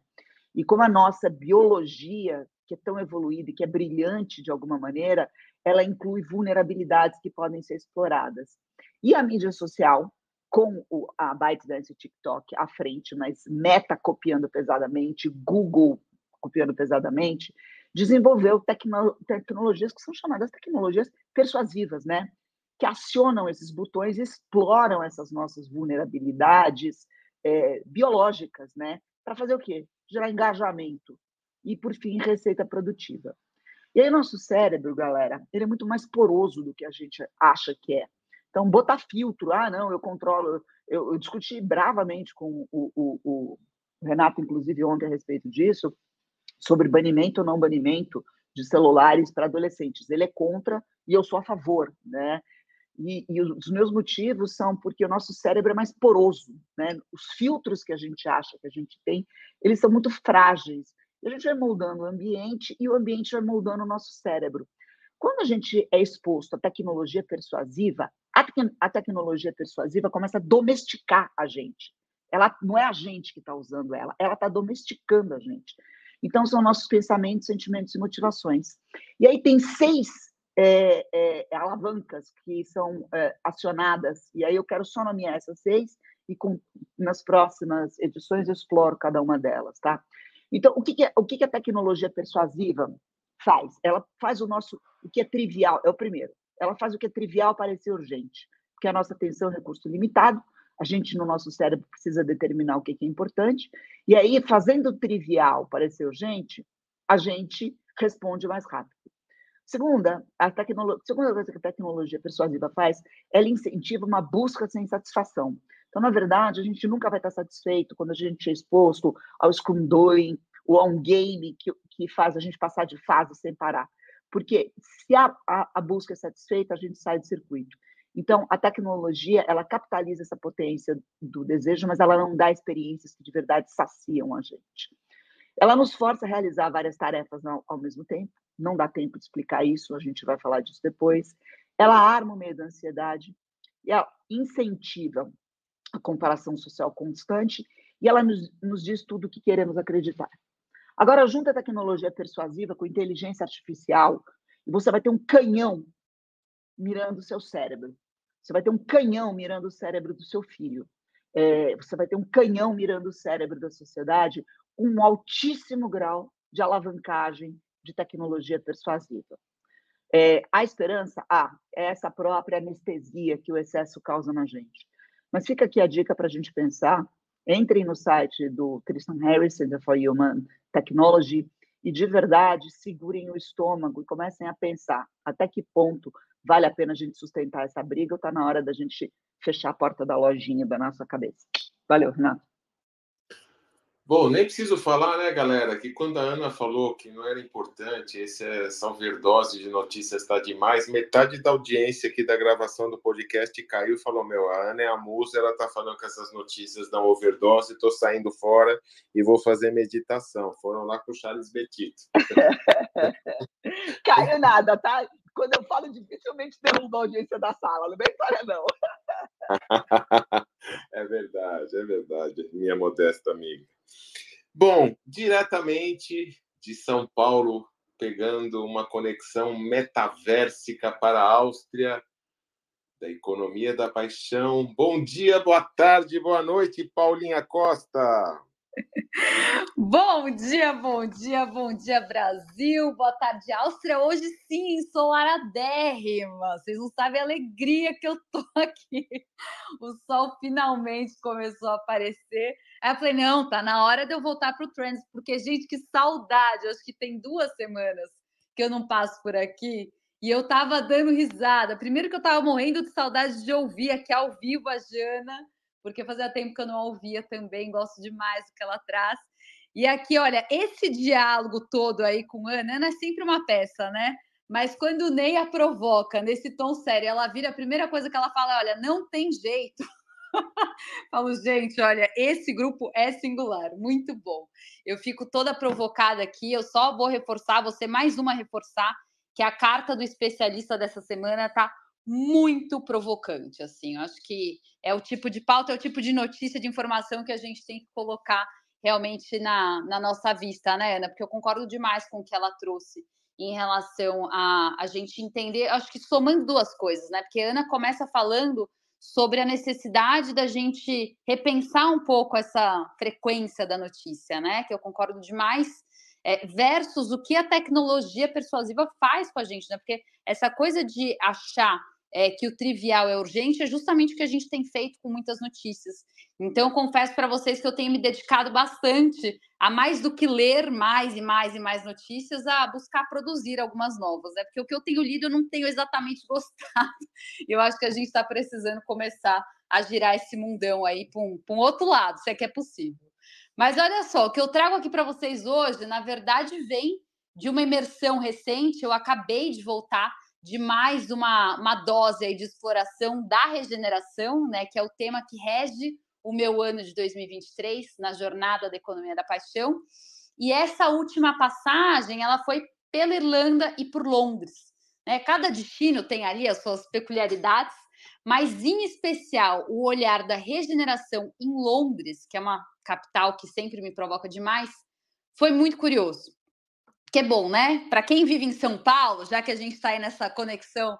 E como a nossa biologia, que é tão evoluída e que é brilhante de alguma maneira, ela inclui vulnerabilidades que podem ser exploradas. E a mídia social, com o, a ByteDance e o TikTok à frente, mas Meta copiando pesadamente, Google copiando pesadamente, desenvolveu tecno, tecnologias que são chamadas tecnologias persuasivas, né? Que acionam esses botões e exploram essas nossas vulnerabilidades é, biológicas, né? Para fazer o quê? Gerar engajamento e, por fim, receita produtiva. E aí, nosso cérebro, galera, ele é muito mais poroso do que a gente acha que é. Então, botar filtro, ah, não, eu controlo. Eu, eu discuti bravamente com o, o, o Renato, inclusive, ontem a respeito disso, sobre banimento ou não banimento de celulares para adolescentes. Ele é contra e eu sou a favor, né? E, e os meus motivos são porque o nosso cérebro é mais poroso, né? Os filtros que a gente acha que a gente tem, eles são muito frágeis. E a gente vai moldando o ambiente e o ambiente vai moldando o nosso cérebro. Quando a gente é exposto à tecnologia persuasiva, a, te- a tecnologia persuasiva começa a domesticar a gente. Ela não é a gente que está usando ela, ela está domesticando a gente. Então, são nossos pensamentos, sentimentos e motivações. E aí tem seis é, é, alavancas que são é, acionadas, e aí eu quero só nomear essas seis, e com, nas próximas edições eu exploro cada uma delas, tá? Então, o que, que, é, o que, que a tecnologia persuasiva faz? Ela faz o nosso, o que é trivial, é o primeiro, ela faz o que é trivial parecer urgente, porque a nossa atenção é um recurso limitado, a gente, no nosso cérebro, precisa determinar o que é importante, e aí, fazendo trivial parecer urgente, a gente responde mais rápido. Segunda, a tecnologia, segunda coisa que a tecnologia persuasiva faz, ela incentiva uma busca sem satisfação. Então, na verdade, a gente nunca vai estar satisfeito quando a gente é exposto ao scroll doing ou a um game que, que faz a gente passar de fase sem parar. Porque se a, a, a busca é satisfeita, a gente sai do circuito. Então, a tecnologia, ela capitaliza essa potência do desejo, mas ela não dá experiências que de verdade saciam a gente. Ela nos força a realizar várias tarefas ao, ao mesmo tempo, não dá tempo de explicar isso, a gente vai falar disso depois. Ela arma o medo da ansiedade, e ela incentiva a comparação social constante, e ela nos, nos diz tudo o que queremos acreditar. Agora, junta a tecnologia persuasiva com inteligência artificial, e você vai ter um canhão mirando o seu cérebro. Você vai ter um canhão mirando o cérebro do seu filho. É, você vai ter um canhão mirando o cérebro da sociedade, um altíssimo grau de alavancagem de tecnologia persuasiva. É, a esperança, ah, é essa própria anestesia que o excesso causa na gente. Mas fica aqui a dica para a gente pensar. Entrem no site do Tristan Harris, Center for Human Technology, e de verdade segurem o estômago e comecem a pensar até que ponto vale a pena a gente sustentar essa briga ou está na hora da gente fechar a porta da lojinha da nossa cabeça. Valeu, Renato. Bom, nem preciso falar, né, galera, que quando a Ana falou que não era importante, esse, essa overdose de notícias está demais, metade da audiência aqui da gravação do podcast caiu e falou, meu, a Ana é a musa, ela está falando que essas notícias dão overdose, estou saindo fora e vou fazer meditação. Foram lá com o Charles Betito. Caiu nada, tá? Quando eu falo, dificilmente derruba a audiência da sala, não vem história, não. É verdade, é verdade, minha modesta amiga. Bom, diretamente de São Paulo, pegando uma conexão metaversica para a Áustria, da economia da paixão. Bom dia, boa tarde, boa noite, Paulinha Costa. Bom dia, bom dia, bom dia, Brasil. Boa tarde, Áustria. Hoje sim, ensolaradérrima. Vocês não sabem a alegria que eu tô aqui. O sol finalmente começou a aparecer. Aí eu falei, não, tá na hora de eu voltar pro Trends, porque, gente, que saudade. Acho que tem duas semanas que eu não passo por aqui e eu tava dando risada. Primeiro que eu tava morrendo de saudade de ouvir aqui ao vivo a Jana, porque fazia tempo que eu não a ouvia também, gosto demais do que ela traz. E aqui, olha, esse diálogo todo aí com a Ana, Ana é sempre uma peça, né? Mas quando o Ney a provoca nesse tom sério, ela vira, a primeira coisa que ela fala, olha, não tem jeito. Falo, gente, olha, esse grupo é singular, muito bom. Eu fico toda provocada aqui, eu só vou reforçar, vou ser mais uma a reforçar, que a carta do especialista dessa semana tá muito provocante, assim, eu acho que é o tipo de pauta, é o tipo de notícia, de informação que a gente tem que colocar realmente na, na nossa vista, né, Ana? Porque eu concordo demais com o que ela trouxe em relação a a gente entender, acho que somando duas coisas, né? Porque a Ana começa falando sobre a necessidade da gente repensar um pouco essa frequência da notícia, né? Que eu concordo demais, é, versus o que a tecnologia persuasiva faz com a gente, né? Porque essa coisa de achar é, que o trivial é urgente é justamente o que a gente tem feito com muitas notícias. Então, eu confesso para vocês que eu tenho me dedicado bastante a, mais do que ler mais e mais e mais notícias, a buscar produzir algumas novas, né? Porque o que eu tenho lido eu não tenho exatamente gostado. Eu acho que a gente está precisando começar a girar esse mundão aí para um, para um outro lado, se é que é possível. Mas olha só, o que eu trago aqui para vocês hoje, na verdade, vem de uma imersão recente. Eu acabei de voltar de mais uma, uma dose aí de exploração da regeneração, né, que é o tema que rege o meu ano de dois mil e vinte e três, na jornada da Economia da Paixão. E essa última passagem, ela foi pela Irlanda e por Londres, né? Cada destino tem ali as suas peculiaridades, mas, em especial, o olhar da regeneração em Londres, que é uma capital que sempre me provoca demais, foi muito curioso. Que é bom, né? Para quem vive em São Paulo, já que a gente está aí nessa conexão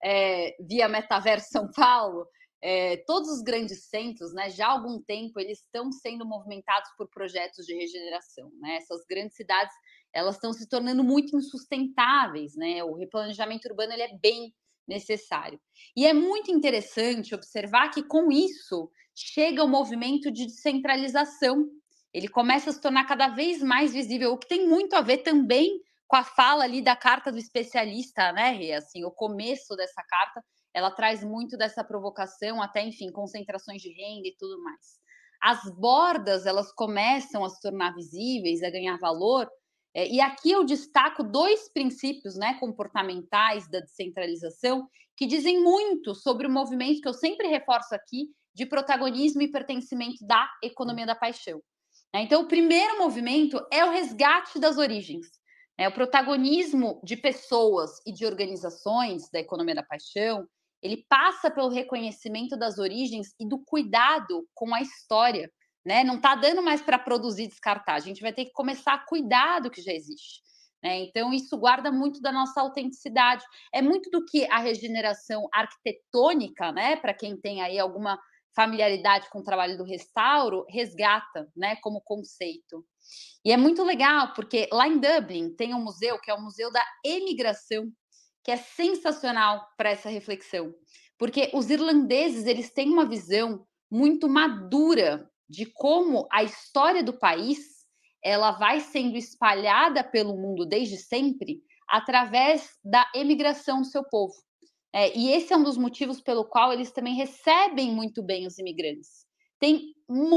é, via Metaverso São Paulo, é, todos os grandes centros, né, já há algum tempo, eles estão sendo movimentados por projetos de regeneração, né? Essas grandes cidades, elas estão se tornando muito insustentáveis, né? O replanejamento urbano, ele é bem necessário. E é muito interessante observar que, com isso, chega o movimento de descentralização. Ele começa a se tornar cada vez mais visível, o que tem muito a ver também com a fala ali da carta do especialista, né, Rê? Assim, o começo dessa carta, ela traz muito dessa provocação, até, enfim, concentrações de renda e tudo mais. As bordas, elas começam a se tornar visíveis, a ganhar valor, é, e aqui eu destaco dois princípios, né, comportamentais da descentralização, que dizem muito sobre o movimento que eu sempre reforço aqui, de protagonismo e pertencimento da economia da paixão. Então, o primeiro movimento é o resgate das origens. O protagonismo de pessoas e de organizações da economia da paixão, ele passa pelo reconhecimento das origens e do cuidado com a história, né? Não está dando mais para produzir e descartar, a gente vai ter que começar a cuidar do que já existe. Né? Então, isso guarda muito da nossa autenticidade. É muito do que a regeneração arquitetônica, né? Para quem tem aí alguma familiaridade com o trabalho do restauro, resgata, né, como conceito. E é muito legal, porque lá em Dublin tem um museu, que é o Museu da Emigração, que é sensacional para essa reflexão, porque os irlandeses, eles têm uma visão muito madura de como a história do país, ela vai sendo espalhada pelo mundo desde sempre, através da emigração do seu povo. É, e esse é um dos motivos pelo qual eles também recebem muito bem os imigrantes. Tem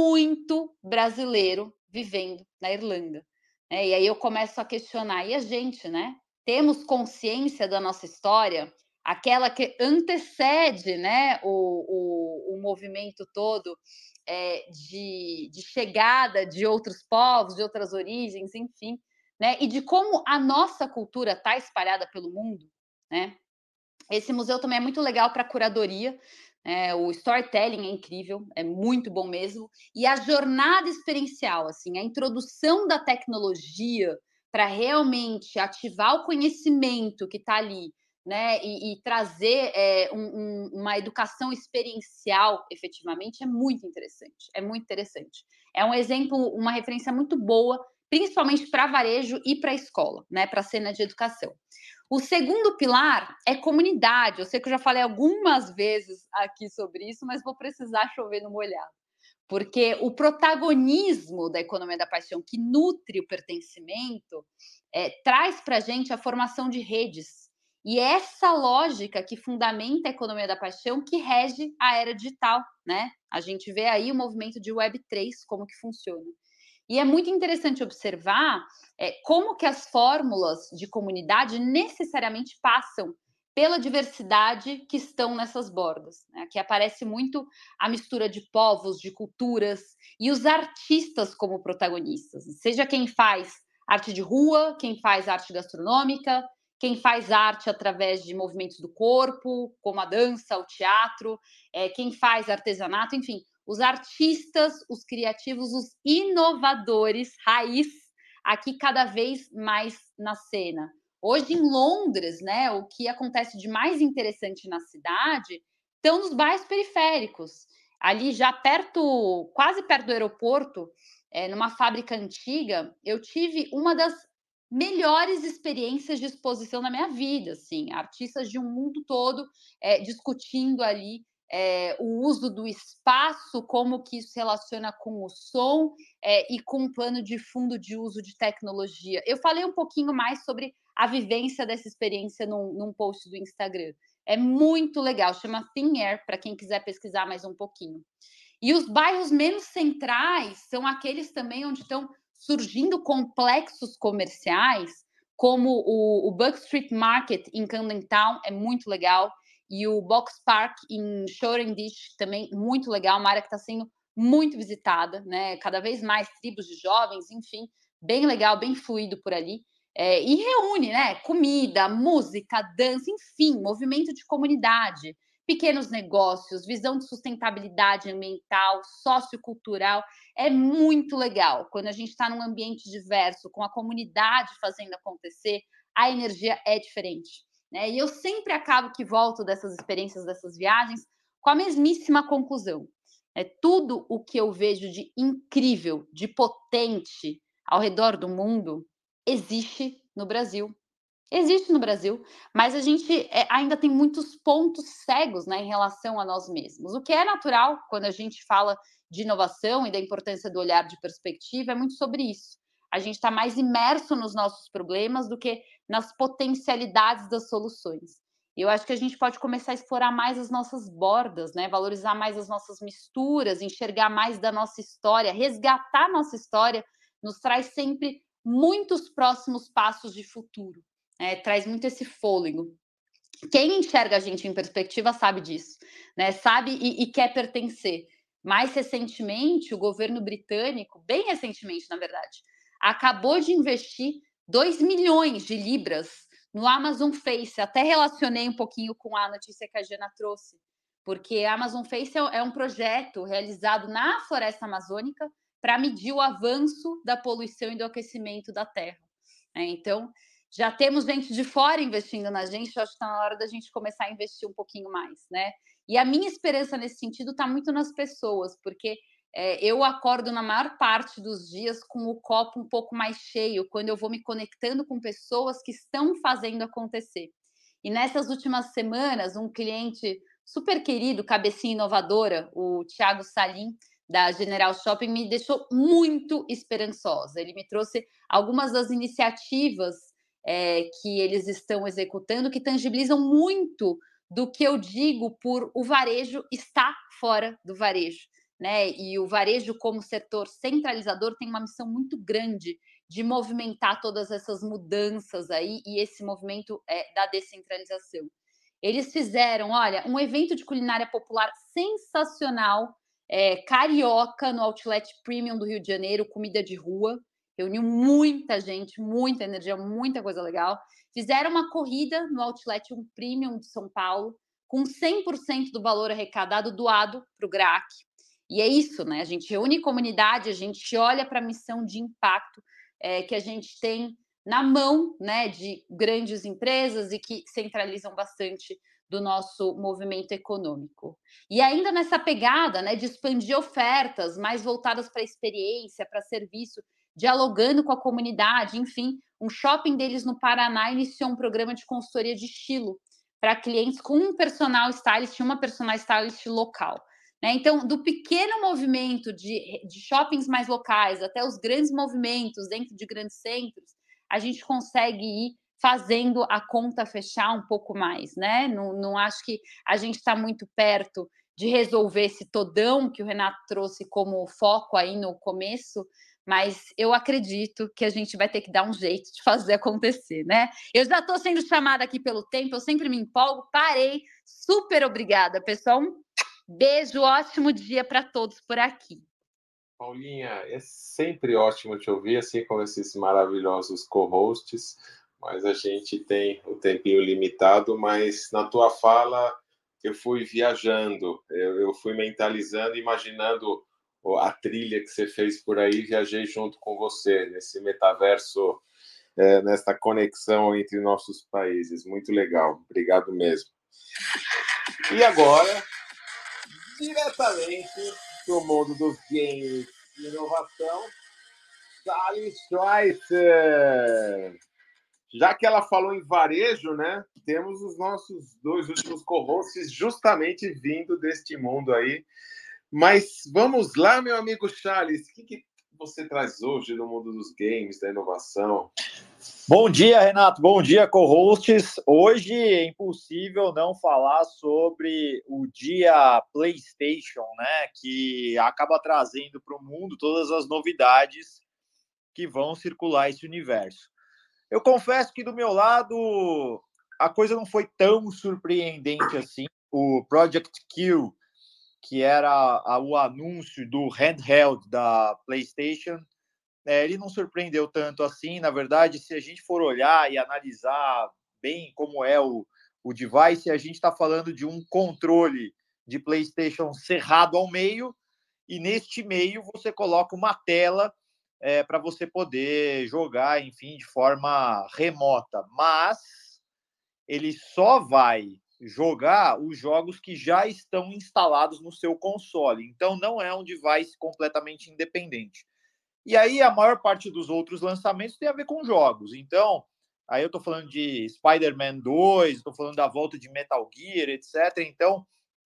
muito brasileiro vivendo na Irlanda. Né? E aí eu começo a questionar, e a gente, né? Temos consciência da nossa história, aquela que antecede, né, o, o, o movimento todo é, de, de chegada de outros povos, de outras origens, enfim, né? E de como a nossa cultura está espalhada pelo mundo, né? Esse museu também é muito legal para curadoria, é, o storytelling é incrível, é muito bom mesmo, e a jornada experiencial, assim, a introdução da tecnologia para realmente ativar o conhecimento que está ali, né, e, e trazer é, um, um, uma educação experiencial, efetivamente, é muito interessante, é muito interessante. É um exemplo, uma referência muito boa, principalmente para varejo e para a escola, né, para a cena de educação. O segundo pilar é comunidade. Eu sei que eu já falei algumas vezes aqui sobre isso, mas vou precisar chover no molhado. Porque o protagonismo da economia da paixão, que nutre o pertencimento, é, traz para a gente a formação de redes. E essa lógica que fundamenta a economia da paixão que rege a era digital, né? A gente vê aí o movimento de web três, como que funciona. E é muito interessante observar é, como que as fórmulas de comunidade necessariamente passam pela diversidade que estão nessas bordas. Né? Aqui aparece muito a mistura de povos, de culturas, e os artistas como protagonistas. Seja quem faz arte de rua, quem faz arte gastronômica, quem faz arte através de movimentos do corpo, como a dança, o teatro, é, quem faz artesanato, enfim, os artistas, os criativos, os inovadores, raiz, aqui cada vez mais na cena. Hoje, em Londres, né, o que acontece de mais interessante na cidade estão nos bairros periféricos. Ali já perto, quase perto do aeroporto, é, numa fábrica antiga, eu tive uma das melhores experiências de exposição na minha vida, assim, artistas de um mundo todo é, discutindo ali é, o uso do espaço, como que isso se relaciona com o som é, e com o plano de fundo de uso de tecnologia. Eu falei um pouquinho mais sobre a vivência dessa experiência num, num post do Instagram. É muito legal, chama Thin Air, para quem quiser pesquisar mais um pouquinho. E os bairros menos centrais são aqueles também onde estão surgindo complexos comerciais, como o, o Buck Street Market em Camden Town, é muito legal, e o Box Park em Shoreditch, também muito legal, uma área que está sendo muito visitada, né? Cada vez mais tribos de jovens, enfim, bem legal, bem fluido por ali. É, e reúne, né? Comida, música, dança, enfim, movimento de comunidade, pequenos negócios, visão de sustentabilidade ambiental, sociocultural. É muito legal quando a gente está num ambiente diverso, com a comunidade fazendo acontecer, a energia é diferente, né? E eu sempre acabo que volto dessas experiências, dessas viagens, com a mesmíssima conclusão. É tudo o que eu vejo de incrível, de potente ao redor do mundo existe no Brasil. Existe no Brasil, mas a gente é, ainda tem muitos pontos cegos, né, em relação a nós mesmos. O que é natural quando a gente fala de inovação e da importância do olhar de perspectiva é muito sobre isso. A gente está mais imerso nos nossos problemas do que nas potencialidades das soluções. E eu acho que a gente pode começar a explorar mais as nossas bordas, né, valorizar mais as nossas misturas, enxergar mais da nossa história, resgatar a nossa história, nos traz sempre muitos próximos passos de futuro. É, traz muito esse fôlego. Quem enxerga a gente em perspectiva sabe disso, né? Sabe e, e quer pertencer. Mais recentemente, o governo britânico, bem recentemente, na verdade, acabou de investir dois milhões de libras no Amazon Face. Até relacionei um pouquinho com a notícia que a Jana trouxe, porque a Amazon Face é um projeto realizado na floresta amazônica para medir o avanço da poluição e do aquecimento da Terra. É, então, já temos gente de fora investindo na gente, eu acho que está na hora da gente começar a investir um pouquinho mais, né? E a minha esperança nesse sentido está muito nas pessoas, porque é, eu acordo na maior parte dos dias com o copo um pouco mais cheio, quando eu vou me conectando com pessoas que estão fazendo acontecer. E nessas últimas semanas, um cliente super querido, cabecinha inovadora, o Thiago Salim, da General Shopping, me deixou muito esperançosa. Ele me trouxe algumas das iniciativas É, que eles estão executando, que tangibilizam muito do que eu digo por o varejo estar fora do varejo, né? E o varejo, como setor centralizador, tem uma missão muito grande de movimentar todas essas mudanças aí e esse movimento é, da descentralização. Eles fizeram, olha, um evento de culinária popular sensacional, é, carioca, no Outlet Premium do Rio de Janeiro, comida de rua. Reuniu muita gente, muita energia, muita coisa legal. Fizeram uma corrida no Outlet um Premium de São Paulo, com cem por cento do valor arrecadado doado para o G R A C. E é isso, né? A gente reúne comunidade, a gente olha para a missão de impacto é, que a gente tem na mão, né, de grandes empresas e que centralizam bastante do nosso movimento econômico. E ainda nessa pegada, né, de expandir ofertas mais voltadas para experiência, para serviço, dialogando com a comunidade, enfim, um shopping deles no Paraná iniciou um programa de consultoria de estilo para clientes com um personal stylist e uma personal stylist local. Né? Então, do pequeno movimento de, de shoppings mais locais até os grandes movimentos dentro de grandes centros, a gente consegue ir fazendo a conta fechar um pouco mais, né? Não, não acho que a gente está muito perto de resolver esse todão que o Renato trouxe como foco aí no começo, mas eu acredito que a gente vai ter que dar um jeito de fazer acontecer, né? Eu já estou sendo chamada aqui pelo tempo, eu sempre me empolgo, parei. Super obrigada, pessoal. Um beijo, ótimo dia para todos por aqui. Paulinha, é sempre ótimo te ouvir, assim como esses maravilhosos co-hosts, mas a gente tem o tempinho limitado, mas na tua fala eu fui viajando, eu, eu fui mentalizando, imaginando a trilha que você fez por aí, viajei junto com você nesse metaverso, é, nessa conexão entre nossos países. Muito legal, obrigado mesmo. E agora, diretamente do mundo dos games e inovação, Sally Schweitzer. Já que ela falou em varejo, né? Temos os nossos dois últimos co-hosts justamente vindo deste mundo aí. Mas vamos lá, meu amigo Charles, o que, que você traz hoje no mundo dos games, da inovação? Bom dia, Renato. Bom dia, co-hosts. Hoje é impossível não falar sobre o dia PlayStation, né? Que acaba trazendo para o mundo todas as novidades que vão circular esse universo. Eu confesso que do meu lado a coisa não foi tão surpreendente assim. O Project Q, que era a, o anúncio do handheld da PlayStation, é, ele não surpreendeu tanto assim. Na verdade, se a gente for olhar e analisar bem como é o, o device, a gente está falando de um controle de PlayStation cerrado ao meio, e neste meio você coloca uma tela é, para você poder jogar, enfim, de forma remota. Mas ele só vai jogar os jogos que já estão instalados no seu console. Então, não é um device completamente independente. E aí, a maior parte dos outros lançamentos tem a ver com jogos. Então, aí eu estou falando de Spider-Man dois, estou falando da volta de Metal Gear, etcétera. Então,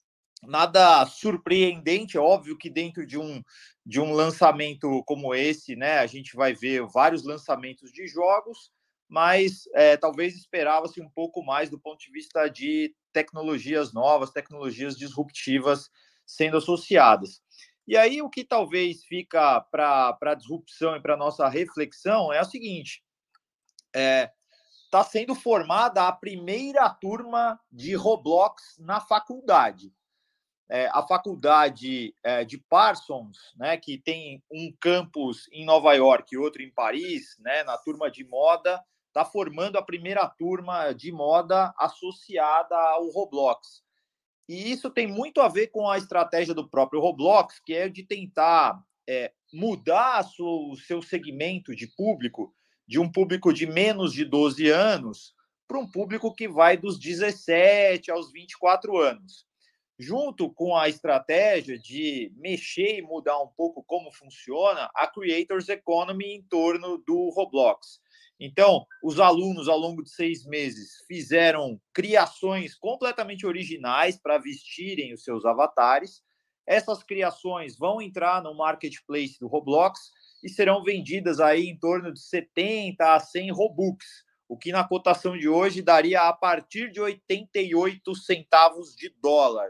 nada surpreendente. É óbvio que dentro de um, de um lançamento como esse, né, a gente vai ver vários lançamentos de jogos, mas é, talvez esperava-se um pouco mais do ponto de vista de tecnologias novas, tecnologias disruptivas sendo associadas. E aí o que talvez fica para a disrupção e para a nossa reflexão é o seguinte: está é, sendo formada a primeira turma de Roblox na faculdade. É, a faculdade é, de Parsons, né, que tem um campus em Nova York e outro em Paris, né, na turma de moda, está formando a primeira turma de moda associada ao Roblox. E isso tem muito a ver com a estratégia do próprio Roblox, que é de tentar é, mudar sua, o seu segmento de público, de um público de menos de doze anos, para um público que vai dos dezessete aos vinte e quatro anos. Junto com a estratégia de mexer e mudar um pouco como funciona a Creators Economy em torno do Roblox. Então, os alunos, ao longo de seis meses, fizeram criações completamente originais para vestirem os seus avatares. Essas criações vão entrar no marketplace do Roblox e serão vendidas aí em torno de setenta a cem Robux, o que na cotação de hoje daria a partir de oitenta e oito centavos de dólar.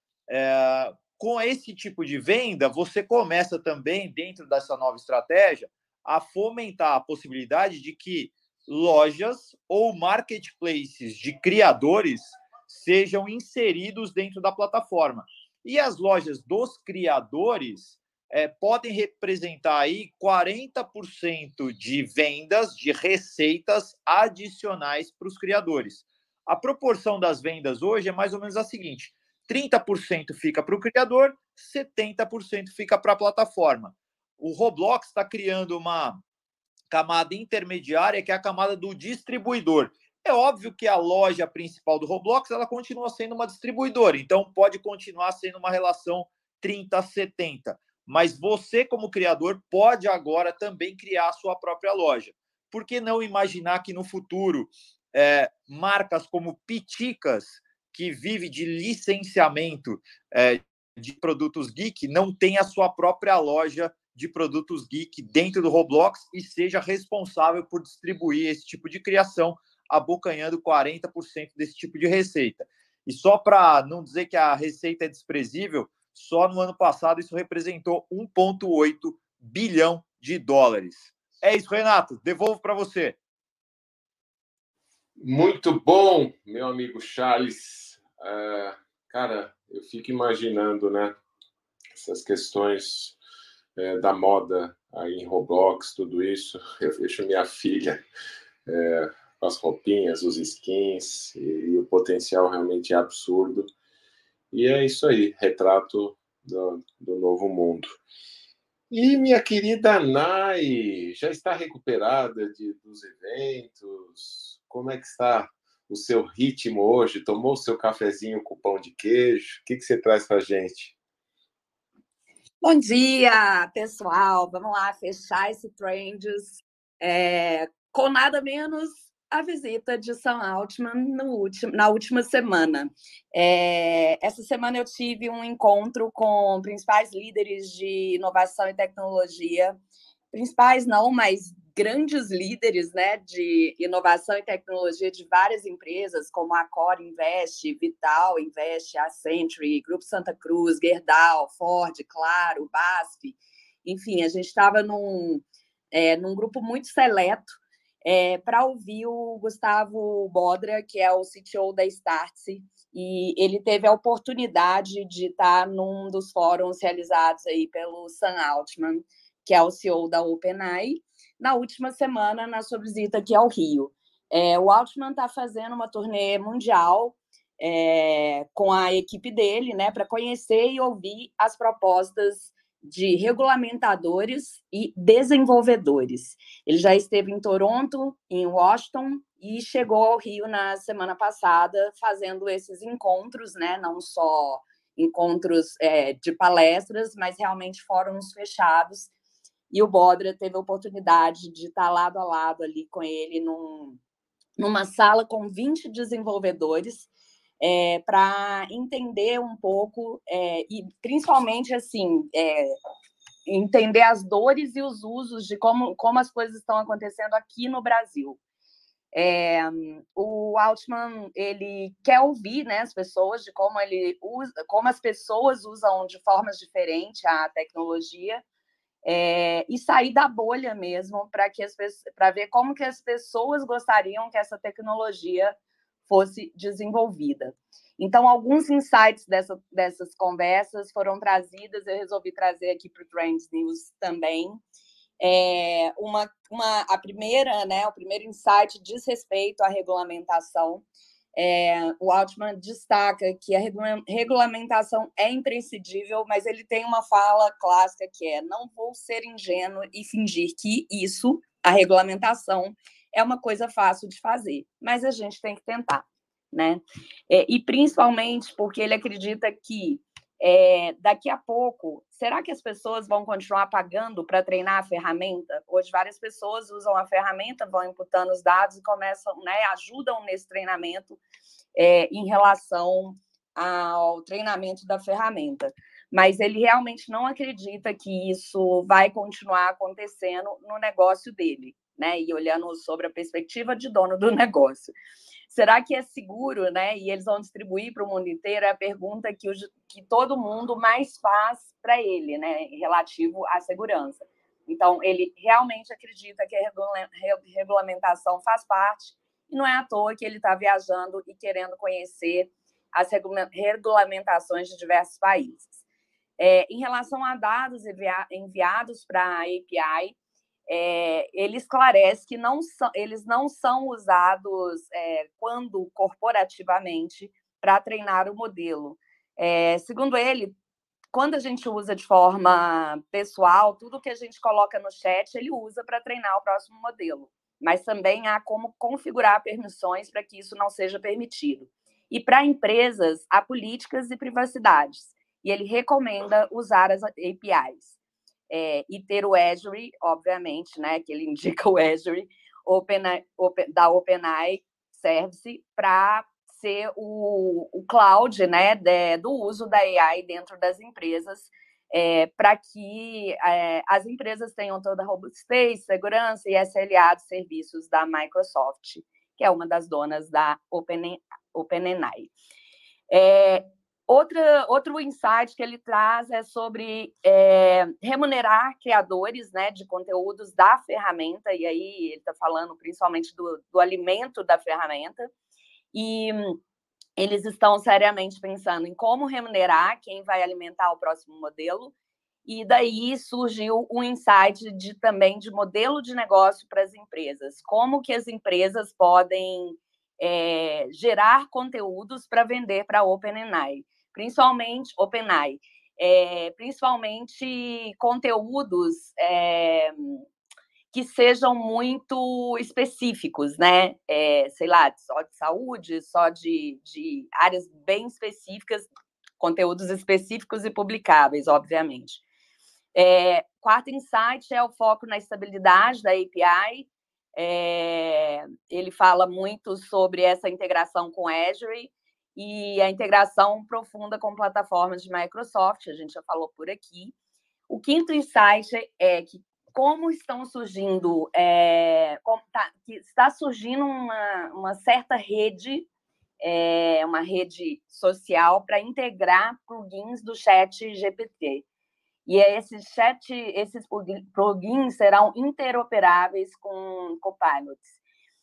É, com esse tipo de venda, você começa também, dentro dessa nova estratégia, a fomentar a possibilidade de que lojas ou marketplaces de criadores sejam inseridos dentro da plataforma. E as lojas dos criadores é, podem representar aí quarenta por cento de vendas, de receitas adicionais para os criadores. A proporção das vendas hoje é mais ou menos a seguinte: trinta por cento fica para o criador, setenta por cento fica para a plataforma. O Roblox está criando uma camada intermediária, que é a camada do distribuidor. É óbvio que a loja principal do Roblox ela continua sendo uma distribuidora, então pode continuar sendo uma relação trinta a setenta. Mas você, como criador, pode agora também criar a sua própria loja. Por que não imaginar que no futuro é, marcas como Piticas, que vive de licenciamento é, de produtos geek, não tenha a sua própria loja de produtos geek dentro do Roblox e seja responsável por distribuir esse tipo de criação, abocanhando quarenta por cento desse tipo de receita. E só para não dizer que a receita é desprezível, só no ano passado isso representou um vírgula oito bilhão de dólares. É isso, Renato. Devolvo para você. Muito bom, meu amigo Charles. Uh, cara, eu fico imaginando, né, essas questões é, da moda aí em Roblox, tudo isso. Eu vejo minha filha é, com as roupinhas, os skins, e, e o potencial realmente é absurdo. E é isso aí, retrato do, do novo mundo. E minha querida Nai, já está recuperada de, dos eventos? Como é que está o seu ritmo hoje? Tomou o seu cafezinho com pão de queijo? O que, que você traz para a gente? Bom dia, pessoal. Vamos lá fechar esse Trends é, com nada menos a visita de Sam Altman no último, na última semana. É, essa semana eu tive um encontro com principais líderes de inovação e tecnologia, principais não, mas grandes líderes, né, de inovação e tecnologia de várias empresas, como a Core Invest, Vital Invest, Accenture, Grupo Santa Cruz, Gerdau, Ford, Claro, B A S F. Enfim, a gente estava num, é, num grupo muito seleto é, para ouvir o Gustavo Bodra, que é o C T O da Startse, e ele teve a oportunidade de estar num dos fóruns realizados aí pelo Sam Altman, que é o C E O da OpenAI, na última semana, na sua visita aqui ao Rio. É, o Altman está fazendo uma turnê mundial é, com a equipe dele, né, para conhecer e ouvir as propostas de regulamentadores e desenvolvedores. Ele já esteve em Toronto, em Washington, e chegou ao Rio na semana passada, fazendo esses encontros, né, não só encontros é, de palestras, mas realmente fóruns fechados. E o Bodra teve a oportunidade de estar lado a lado ali com ele num, numa sala com vinte desenvolvedores é, para entender um pouco é, e principalmente assim é, entender as dores e os usos de como, como as coisas estão acontecendo aqui no Brasil. É, o Altman ele quer ouvir, né, as pessoas de como ele usa, como as pessoas usam de formas diferentes a tecnologia. É, e sair da bolha mesmo para que as para ver como que as pessoas gostariam que essa tecnologia fosse desenvolvida. Então, alguns insights dessa, dessas conversas foram trazidas, eu resolvi trazer aqui para o Trends News também. É, uma, uma, a primeira, né, o primeiro insight diz respeito à regulamentação. É, o Altman destaca que a regulamentação é imprescindível, mas ele tem uma fala clássica que é: não vou ser ingênuo e fingir que isso, a regulamentação, é uma coisa fácil de fazer, mas a gente tem que tentar, né? É, e principalmente porque ele acredita que é, daqui a pouco, será que as pessoas vão continuar pagando para treinar a ferramenta? Hoje, várias pessoas usam a ferramenta, vão imputando os dados e começam, né, ajudam nesse treinamento é, em relação ao treinamento da ferramenta. Mas ele realmente não acredita que isso vai continuar acontecendo no negócio dele, né? E olhando sobre a perspectiva de dono do negócio. Será que é seguro, né? E eles vão distribuir para o mundo inteiro? É a pergunta que, o, que todo mundo mais faz para ele, né? Relativo à segurança. Então, ele realmente acredita que a regulamentação faz parte, e não é à toa que ele está viajando e querendo conhecer as regulamentações de diversos países. É, em relação a dados enviados para a A P I, É, ele esclarece que não são, eles não são usados é, quando corporativamente para treinar o modelo. É, segundo ele, quando a gente usa de forma pessoal, tudo que a gente coloca no chat, ele usa para treinar o próximo modelo. Mas também há como configurar permissões para que isso não seja permitido. E para empresas, há políticas e privacidades. E ele recomenda usar as A P Is. É, e ter o Azure, obviamente, né, que ele indica o Azure Open, Open, da OpenAI Service para ser o, o cloud, né, de, do uso da A I dentro das empresas, é, para que é, as empresas tenham toda a robustez, segurança e S L A de serviços da Microsoft, que é uma das donas da Open, OpenAI. É, Outra, outro insight que ele traz é sobre é, remunerar criadores, né, de conteúdos da ferramenta, e aí ele está falando principalmente do, do alimento da ferramenta, e eles estão seriamente pensando em como remunerar quem vai alimentar o próximo modelo, e daí surgiu um insight de, também de modelo de negócio para as empresas, como que as empresas podem é, gerar conteúdos para vender para a OpenAI. principalmente OpenAI, é, principalmente conteúdos é, que sejam muito específicos, né? É, sei lá, só de saúde, só de, de áreas bem específicas, conteúdos específicos e publicáveis, obviamente. É, quarto insight é o foco na estabilidade da A P I. É, ele fala muito sobre essa integração com Azure e a integração profunda com plataformas de Microsoft, a gente já falou por aqui. O quinto insight é que como estão surgindo, é, como tá, que está surgindo uma, uma certa rede, é, uma rede social para integrar plugins do Chat G P T. E esses, chat, esses plugins serão interoperáveis com Copilots.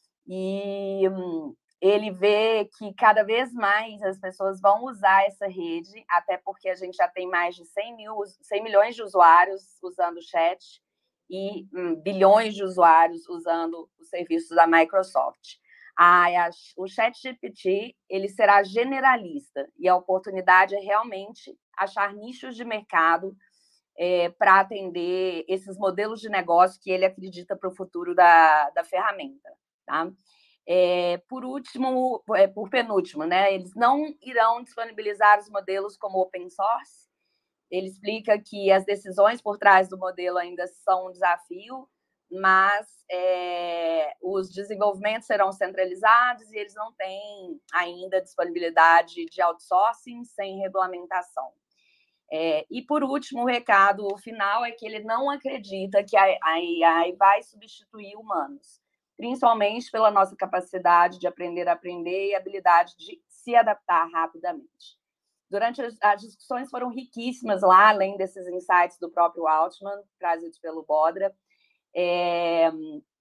E hum, ele vê que cada vez mais as pessoas vão usar essa rede, até porque a gente já tem mais de cem, mil, cem milhões de usuários usando o chat e hum, bilhões de usuários usando os serviços da Microsoft. A, a, o ChatGPT ele será generalista e a oportunidade é realmente achar nichos de mercado É, para atender esses modelos de negócio que ele acredita para o futuro da, da ferramenta. Tá? É, por último, é, por penúltimo, né, eles não irão disponibilizar os modelos como open source. Ele explica que as decisões por trás do modelo ainda são um desafio, mas é, os desenvolvimentos serão centralizados e eles não têm ainda disponibilidade de outsourcing sem regulamentação. É, e, por último, o recado final é que ele não acredita que a, a A I vai substituir humanos, principalmente pela nossa capacidade de aprender a aprender e habilidade de se adaptar rapidamente. Durante as, as discussões foram riquíssimas lá, além desses insights do próprio Altman, trazidos pelo Bodra, é,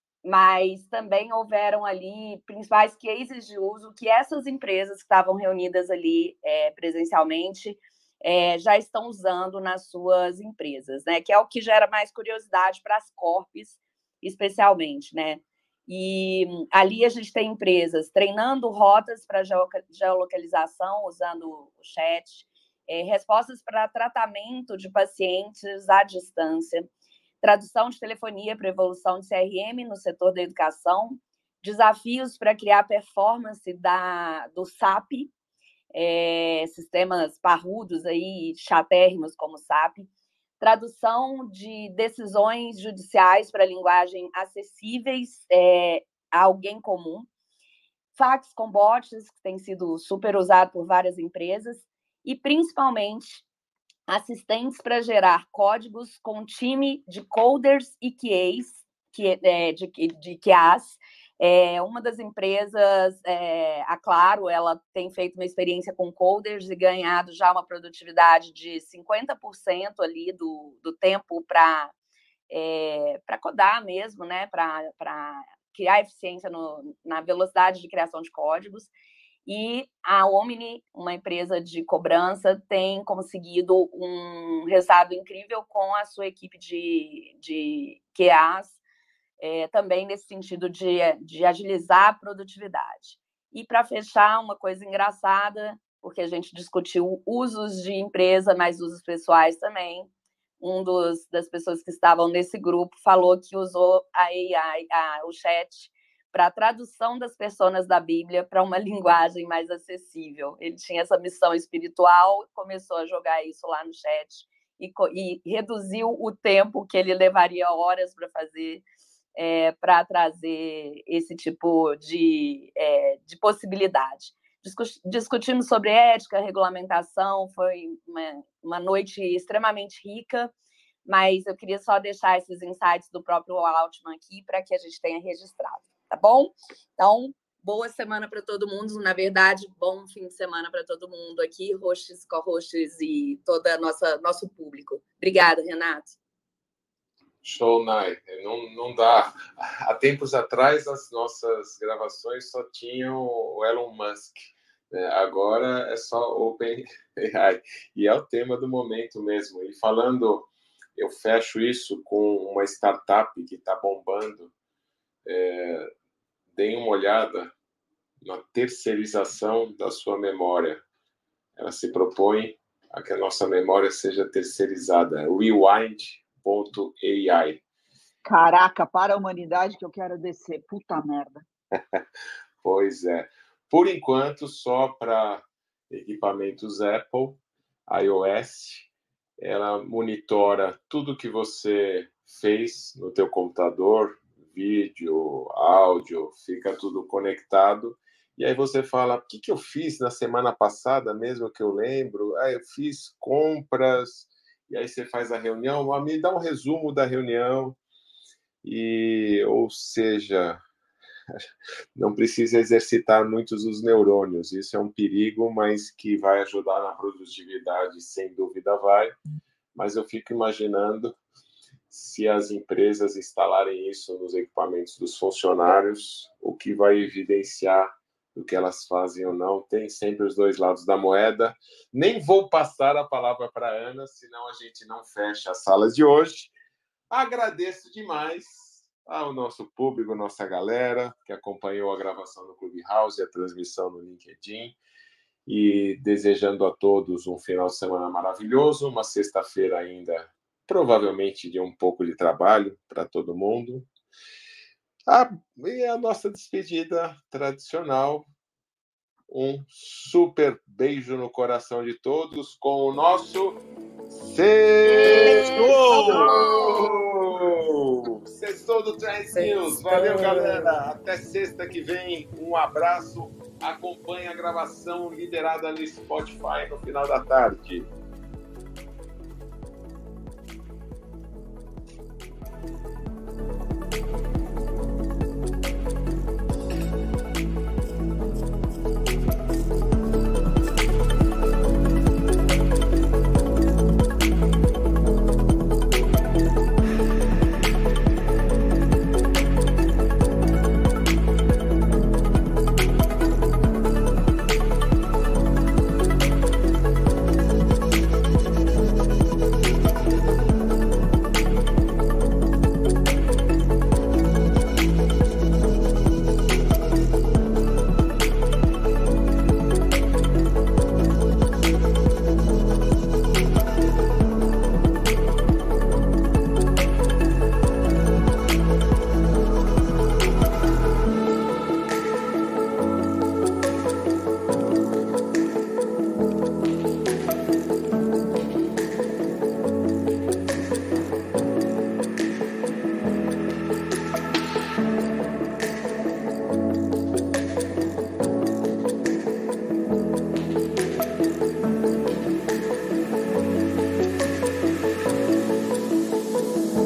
mas também houveram ali principais cases de uso que essas empresas que estavam reunidas ali é, presencialmente É, já estão usando nas suas empresas, né? Que é o que gera mais curiosidade para as corpos, especialmente, né? E ali a gente tem empresas treinando rotas para geolocalização usando o chat, é, respostas para tratamento de pacientes à distância, tradução de telefonia para evolução de C R M no setor da educação, desafios para criar performance da, do S A P, É, sistemas parrudos aí, chatérrimos como S A P, tradução de decisões judiciais para linguagem acessíveis é, a alguém comum, fax com bots, que tem sido super usado por várias empresas, e principalmente assistentes para gerar códigos com time de coders e Q As, que, é, de, de Q As. É, uma das empresas, é, a Claro, ela tem feito uma experiência com coders e ganhado já uma produtividade de cinquenta por cento ali do, do tempo para é, para codar mesmo, né? Para criar eficiência no, na velocidade de criação de códigos. E a Omni, uma empresa de cobrança, tem conseguido um resultado incrível com a sua equipe de, de Q As, É, também nesse sentido de, de agilizar a produtividade. E, para fechar, uma coisa engraçada, porque a gente discutiu usos de empresa, mas usos pessoais também. Um dos, das pessoas que estavam nesse grupo falou que usou a A I, a, o chat, para a tradução das personas da Bíblia para uma linguagem mais acessível. Ele tinha essa missão espiritual, começou a jogar isso lá no chat e, e reduziu o tempo que ele levaria horas para fazer, É, para trazer esse tipo de, é, de possibilidade. Discu- discutimos sobre ética, regulamentação, foi uma, uma noite extremamente rica, mas eu queria só deixar esses insights do próprio Altman aqui para que a gente tenha registrado, tá bom? Então, boa semana para todo mundo, na verdade, bom fim de semana para todo mundo aqui, hosts, co-hosts e todo nosso, nosso público. Obrigada, Renato. Show, Nai. Não, não dá. Há tempos atrás, as nossas gravações só tinham o Elon Musk. Né? Agora é só OpenAI. E é o tema do momento mesmo. E falando, eu fecho isso com uma startup que está bombando. É, deem uma olhada na terceirização da sua memória. ela se propõe a que a nossa memória seja terceirizada. Rewind ponto A I. Caraca, para a humanidade que eu quero descer. Puta merda. Pois é. Por enquanto, só para equipamentos Apple, iOS, ela monitora tudo que você fez no teu computador, vídeo, áudio, fica tudo conectado. E aí você fala, o que, que eu fiz na semana passada, mesmo que eu lembro? Ah, eu fiz compras, e aí você faz a reunião, ah, me dá um resumo da reunião, e, ou seja, não precisa exercitar muitos os neurônios, isso é um perigo, mas que vai ajudar na produtividade, sem dúvida vai, mas eu fico imaginando se as empresas instalarem isso nos equipamentos dos funcionários, o que vai evidenciar do que elas fazem ou não. Tem sempre os dois lados da moeda. Nem vou passar a palavra para a Ana, senão a gente não fecha a sala de hoje. Agradeço demais ao nosso público, nossa galera, que acompanhou a gravação no Clubhouse e a transmissão no LinkedIn. E desejando a todos um final de semana maravilhoso, uma sexta-feira ainda, provavelmente de um pouco de trabalho para todo mundo. Ah, e a nossa despedida tradicional. Um super beijo no coração de todos com o nosso Sextou! Sextou do Trends News. Valeu, galera. Até sexta que vem. Um abraço. Acompanhe a gravação liberada no Spotify no final da tarde.